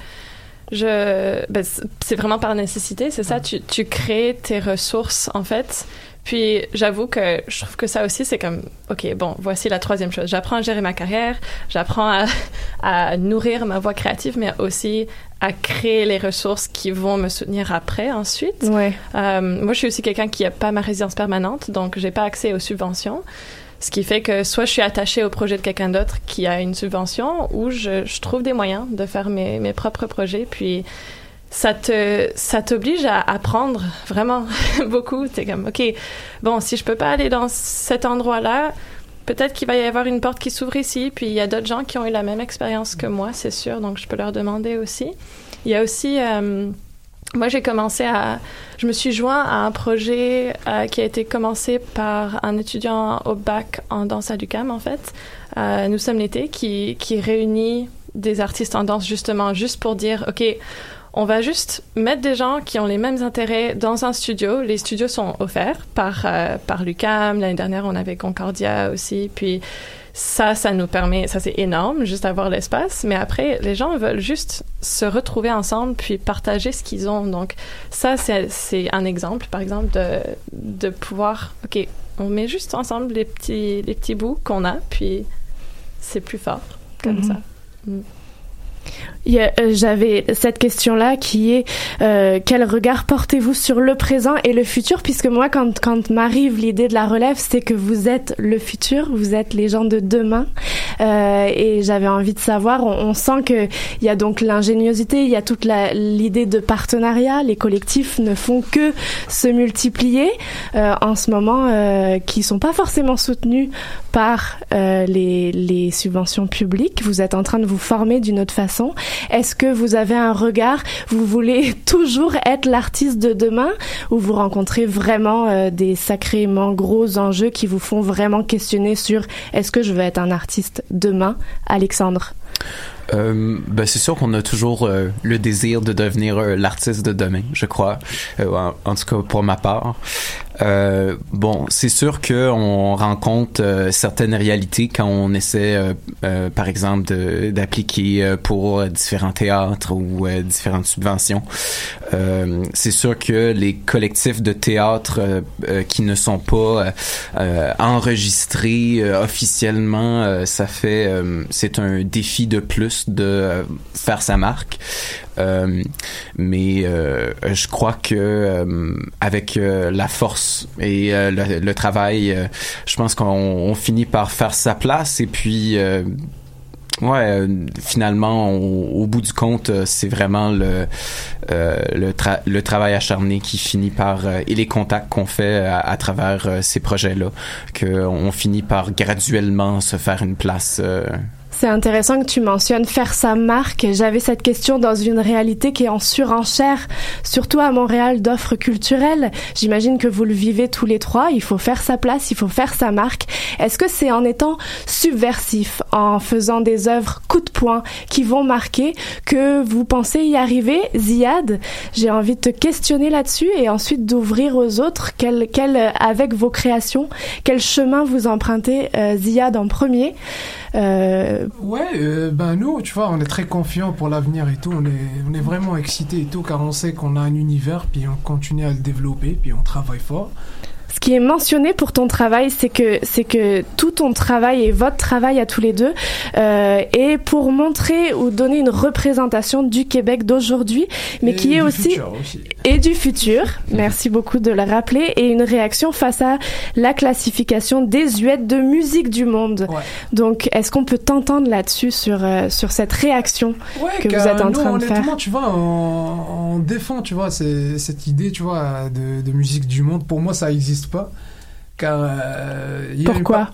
c'est vraiment par nécessité, c'est ça. Tu crées tes ressources, en fait. Puis, j'avoue que je trouve que ça aussi, c'est comme, OK, bon, voici la 3e chose. J'apprends à gérer ma carrière, j'apprends à nourrir ma voie créative, mais aussi à créer les ressources qui vont me soutenir après, ensuite. Ouais. Moi, je suis aussi quelqu'un qui n'a pas ma résidence permanente, donc j'ai pas accès aux subventions. Ce qui fait que soit je suis attachée au projet de quelqu'un d'autre qui a une subvention, ou je trouve des moyens de faire mes propres projets, puis ça t'oblige à apprendre vraiment beaucoup. T'es comme, OK, bon, si je peux pas aller dans cet endroit-là, peut-être qu'il va y avoir une porte qui s'ouvre ici, puis il y a d'autres gens qui ont eu la même expérience que moi, c'est sûr, donc je peux leur demander aussi. Il y a aussi... moi, je me suis joint à un projet qui a été commencé par un étudiant au bac en danse à l'UQAM, en fait. Nous sommes l'été, qui réunit des artistes en danse, justement, juste pour dire, OK, on va juste mettre des gens qui ont les mêmes intérêts dans un studio. Les studios sont offerts par l'UQAM. L'année dernière, on avait Concordia aussi. Puis ça nous permet, ça c'est énorme, juste avoir l'espace. Mais après, les gens veulent juste se retrouver ensemble puis partager ce qu'ils ont. Donc ça, c'est un exemple, par exemple, de pouvoir, OK, on met juste ensemble les petits bouts qu'on a, puis c'est plus fort, comme ça. J'avais cette question-là qui est quel regard portez-vous sur le présent et le futur, puisque moi quand m'arrive l'idée de la relève, c'est que vous êtes le futur, vous êtes les gens de demain, et j'avais envie de savoir, on sent que il y a donc l'ingéniosité, il y a toute l'idée de partenariat, les collectifs ne font que se multiplier en ce moment, qui sont pas forcément soutenus par les subventions publiques. Vous êtes en train de vous former d'une autre façon. Est-ce que vous avez un regard, vous voulez toujours être l'artiste de demain, ou vous rencontrez vraiment des sacrément gros enjeux qui vous font vraiment questionner sur est-ce que je veux être un artiste demain? Alexandre? C'est sûr qu'on a toujours le désir de devenir l'artiste de demain, je crois. En tout cas, pour ma part. C'est sûr qu'on rencontre certaines réalités quand on essaie, par exemple, d'appliquer pour différents théâtres ou différentes subventions. C'est sûr que les collectifs de théâtre qui ne sont pas enregistrés officiellement, c'est un défi de plus de faire sa marque. Mais je crois que avec la force et le travail, je pense qu'on finit par faire sa place et puis finalement au bout du compte c'est vraiment le travail acharné qui finit par et les contacts qu'on fait à travers ces projets-là qu'on finit par graduellement se faire une place. C'est intéressant que tu mentionnes faire sa marque. J'avais cette question dans une réalité qui est en surenchère, surtout à Montréal, d'offres culturelles. J'imagine que vous le vivez tous les trois. Il faut faire sa place, il faut faire sa marque. Est-ce que c'est en étant subversif, en faisant des œuvres coup de poing qui vont marquer, que vous pensez y arriver? Ziad, j'ai envie de te questionner là-dessus et ensuite d'ouvrir aux autres. Avec vos créations, quel chemin vous empruntez? Ziad en premier. Nous, tu vois, on est très confiants pour l'avenir et tout. On est vraiment excités et tout, car on sait qu'on a un univers, puis on continue à le développer, puis on travaille fort. Ce qui est mentionné pour ton travail, c'est que tout ton travail et votre travail à tous les deux est pour montrer ou donner une représentation du Québec d'aujourd'hui, mais qui est aussi et du futur. Merci beaucoup de le rappeler, et une réaction face à la classification désuète de musique du monde. Ouais. Donc, est-ce qu'on peut t'entendre là-dessus sur cette réaction que vous êtes en train de faire? Honnêtement, tu vois, on défend, tu vois, cette idée, tu vois, de musique du monde. Pour moi, ça existe pas, car pourquoi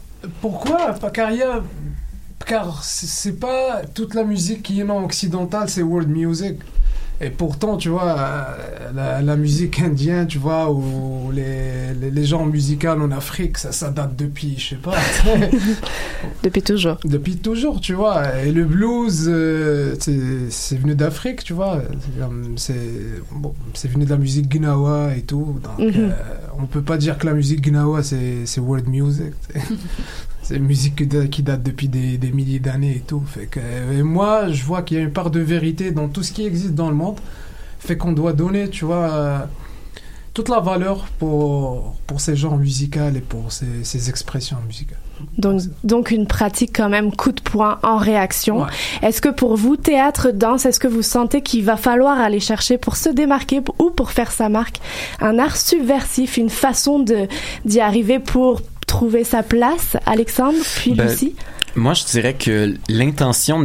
car c'est pas toute la musique qui est non occidentale, c'est world music. Et pourtant, tu vois, la musique indienne, tu vois, ou les genres musicaux en Afrique, ça date depuis, je sais pas. Depuis toujours. Depuis toujours, tu vois. Et le blues, c'est venu d'Afrique, tu vois. C'est venu de la musique gnawa et tout. Donc, on peut pas dire que la musique gnawa, c'est world music. C'est une musique qui date depuis des milliers d'années et tout. Fait que, et moi, je vois qu'il y a une part de vérité dans tout ce qui existe dans le monde. Fait qu'on doit donner, tu vois, toute la valeur pour ces genres musicaux et pour ces expressions musicales. Donc une pratique quand même coup de poing en réaction. Ouais. Est-ce que pour vous, théâtre, danse, est-ce que vous sentez qu'il va falloir aller chercher pour se démarquer ou pour faire sa marque un art subversif, une façon d'y arriver pour trouver sa place? Alexandre, puis Lucie? Moi, je dirais que l'intention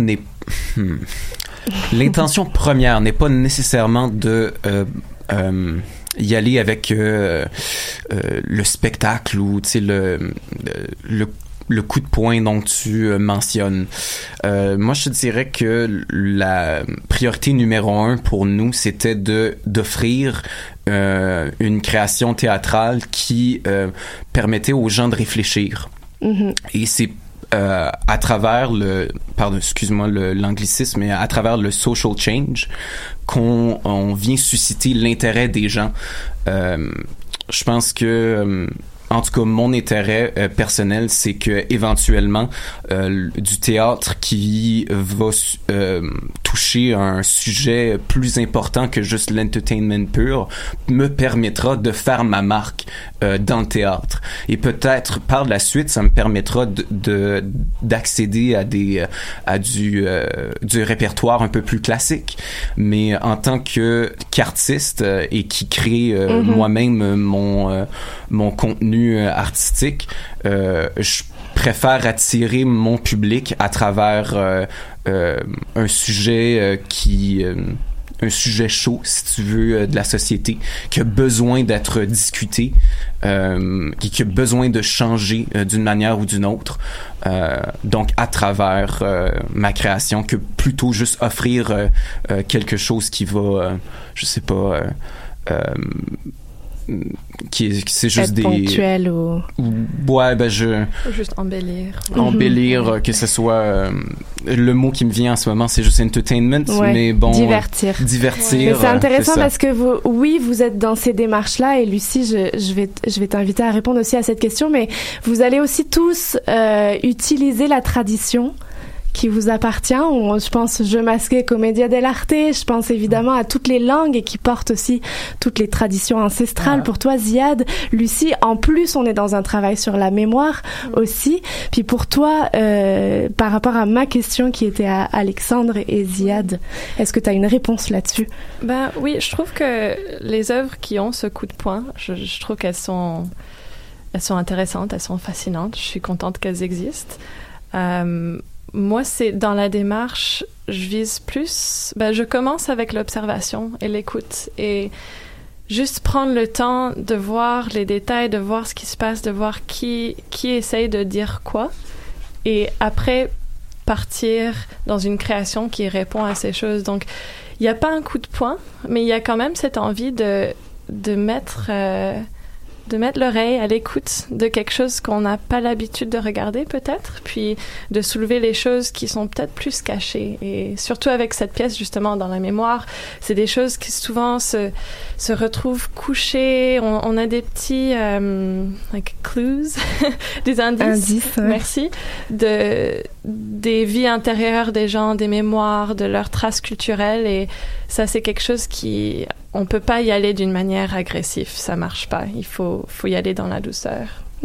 première n'est pas nécessairement de y aller avec le spectacle ou, tu sais, le coup de poing dont tu mentionnes. Moi, je te dirais que la priorité numéro 1 pour nous, c'était d'offrir une création théâtrale qui permettait aux gens de réfléchir. Mm-hmm. Et c'est à travers l'anglicisme, mais à travers le social change qu'on vient susciter l'intérêt des gens. Je pense que en tout cas, mon intérêt personnel, c'est que éventuellement du théâtre qui va toucher un sujet plus important que juste l'entertainment pur me permettra de faire ma marque dans le théâtre. Et peut-être par la suite, ça me permettra d'accéder à du répertoire un peu plus classique. Mais en tant qu'artiste et qui crée moi-même mon contenu artistique, je préfère attirer mon public à travers un sujet un sujet chaud, si tu veux, de la société, qui a besoin d'être discuté, qui a besoin de changer d'une manière ou d'une autre. Donc, à travers ma création, que plutôt juste offrir quelque chose qui va, je sais pas, c'est juste être ponctuel ou... Ouais, Ou juste embellir. Embellir, que ce soit... le mot qui me vient en ce moment, c'est juste entertainment, mais bon... Divertir. Divertir. Mais c'est intéressant parce que vous êtes dans ces démarches-là, et Lucie, je vais t'inviter à répondre aussi à cette question, mais vous allez aussi tous utiliser la tradition qui vous appartient. Je pense Jeu masqué, Commedia dell'arte, je pense évidemment à toutes les langues et qui portent aussi toutes les traditions ancestrales. Pour toi, Ziad, Lucie, en plus, on est dans un travail sur la mémoire aussi. Puis pour toi, par rapport à ma question qui était à Alexandre et Ziad, est-ce que tu as une réponse là-dessus? Ben oui, je trouve que les œuvres qui ont ce coup de poing, je trouve qu'elles sont intéressantes, elles sont fascinantes. Je suis contente qu'elles existent. Moi, c'est dans la démarche, je vise plus... je commence avec l'observation et l'écoute et juste prendre le temps de voir les détails, de voir ce qui se passe, de voir qui essaye de dire quoi et après partir dans une création qui répond à ces choses. Donc, il n'y a pas un coup de poing, mais il y a quand même cette envie de mettre l'oreille à l'écoute de quelque chose qu'on n'a pas l'habitude de regarder peut-être, puis de soulever les choses qui sont peut-être plus cachées. Et surtout avec cette pièce, justement, dans la mémoire, c'est des choses qui souvent se retrouvent couchées. On a des petits clues, des indices, merci, des vies intérieures des gens, des mémoires, de leurs traces culturelles. Et ça, c'est quelque chose on peut pas y aller d'une manière agressive, ça marche pas. Il faut y aller dans la douceur.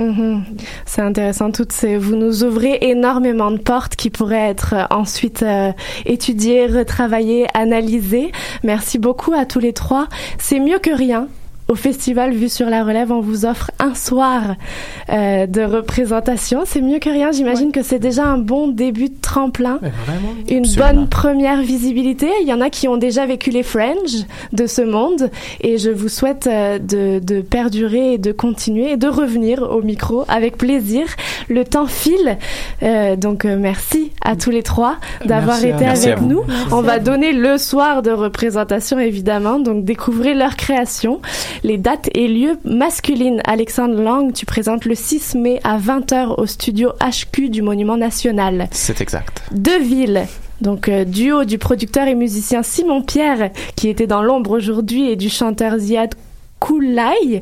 C'est intéressant, vous nous ouvrez énormément de portes qui pourraient être ensuite étudiées, retravaillées, analysées. Merci beaucoup à tous les trois. C'est mieux que rien. Au festival Vue sur la Relève, on vous offre un soir de représentation. C'est mieux que rien. J'imagine que c'est déjà un bon début de tremplin. Une bonne première visibilité. Il y en a qui ont déjà vécu les Fringe de ce monde. Et je vous souhaite de perdurer et de continuer et de revenir au micro avec plaisir. Le temps file. Donc, merci à tous les trois d'avoir été avec nous. On va donner le soir de représentation, évidemment. Donc, découvrez leur création. Les dates et lieux masculines. Alexandre Lang, tu présentes le 6 mai à 20h au studio HQ du Monument National. C'est exact. Deville. Donc, duo du producteur et musicien Simon Pierre, qui était dans l'ombre aujourd'hui, et du chanteur Ziad Koulaï.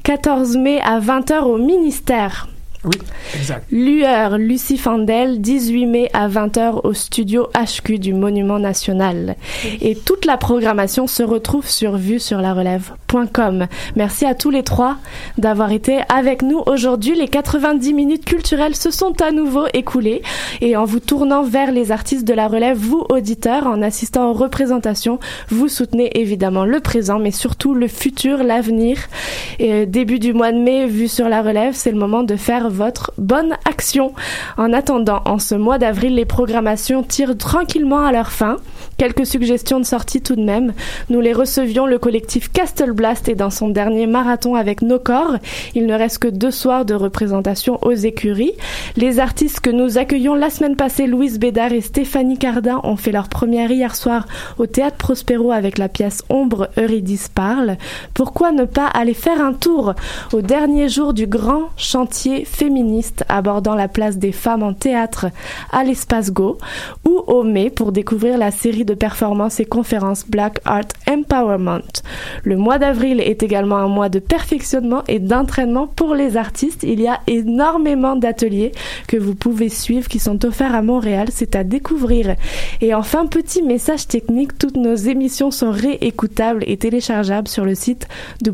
14 mai à 20h au Ministère. Oui, exact. Lueur, Lucie Fandel, 18 mai à 20h au studio HQ du Monument National. Et toute la programmation se retrouve sur vuesurlarelève.com. Merci à tous les trois d'avoir été avec nous aujourd'hui. Les 90 minutes culturelles se sont à nouveau écoulées. Et en vous tournant vers les artistes de la relève, vous, auditeurs, en assistant aux représentations, vous soutenez évidemment le présent, mais surtout le futur, l'avenir. Et début du mois de mai, Vue sur la Relève, c'est le moment de faire votre bonne action. En attendant, en ce mois d'avril, les programmations tirent tranquillement à leur fin. Quelques suggestions de sortie tout de même. Nous les recevions, le collectif Castle Blast est dans son dernier marathon avec Nos Corps. Il ne reste que 2 soirs de représentation aux écuries. Les artistes que nous accueillons la semaine passée, Louise Bédard et Stéphanie Cardin, ont fait leur première hier soir au Théâtre Prospero avec la pièce Ombre, Eurydice parle. Pourquoi ne pas aller faire un tour au dernier jour du grand chantier féministe abordant la place des femmes en théâtre à l'Espace Go, ou au mai pour découvrir la série de performances et conférences Black Art Empowerment. Le mois d'avril est également un mois de perfectionnement et d'entraînement pour les artistes. Il y a énormément d'ateliers que vous pouvez suivre qui sont offerts à Montréal, c'est à découvrir. Et enfin, petit message technique, toutes nos émissions sont réécoutables et téléchargeables sur le site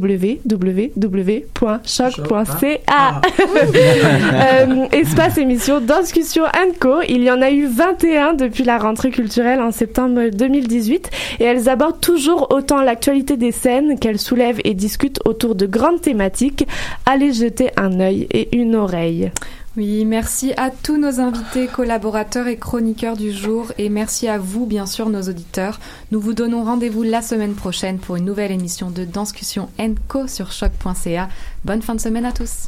www.choc.ca. Espace émission Danscussion & Co. Il y en a eu 21 depuis la rentrée culturelle en septembre 2018 et elles abordent toujours autant l'actualité des scènes qu'elles soulèvent et discutent autour de grandes thématiques. Allez jeter un œil et une oreille. Oui, merci à tous nos invités, collaborateurs et chroniqueurs du jour et merci à vous, bien sûr, nos auditeurs. Nous vous donnons rendez-vous la semaine prochaine pour une nouvelle émission de Danscussion & Co sur choc.ca. Bonne fin de semaine à tous.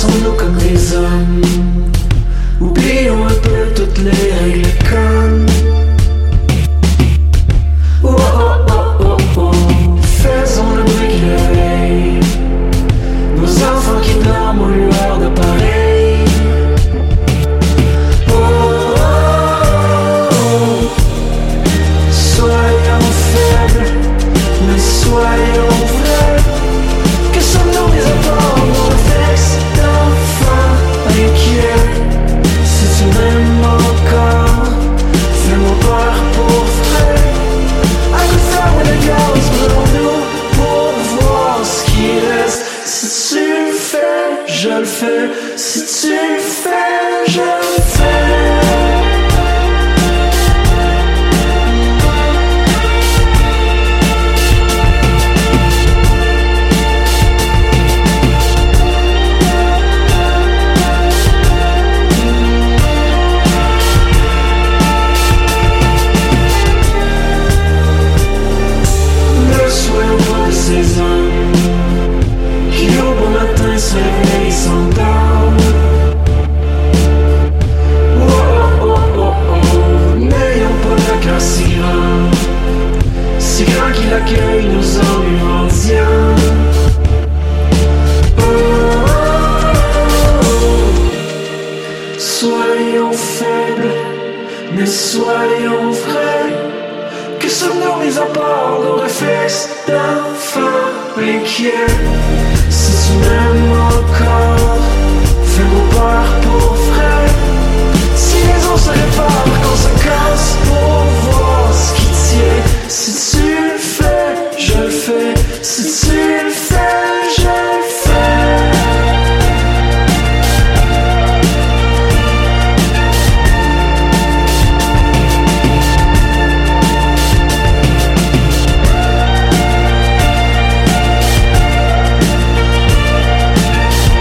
Faisons-nous comme des hommes. Oublions un peu toutes les règles connes. Oh oh oh oh oh. Faisons le bruit qui réveille nos enfants qui dorment aux lueurs d'appareils. Oh oh oh oh. Soyons faibles, mais soyons vrais. Que sommes-nous mis à part nos réflexes d'enfants inquiets? Si tu m'aimes encore, fais-moi peur pour vrai. À coup de ferme de gaz, brûlons-nous pour voir ce qui reste. Si tu le fais, je le fais. Si tu le fais, je le fais. Ces hommes qui au bon matin se réveillent et s'endorment. Oh oh oh oh oh, n'ayons pas le cœur si grand qu'il accueille nos ennuis mendiants. Oh oh oh oh, soyons faibles, mais soyons vrais. Que sommes-nous mis à part nos réflexes d'enfants inquiets? Si tu m'aimes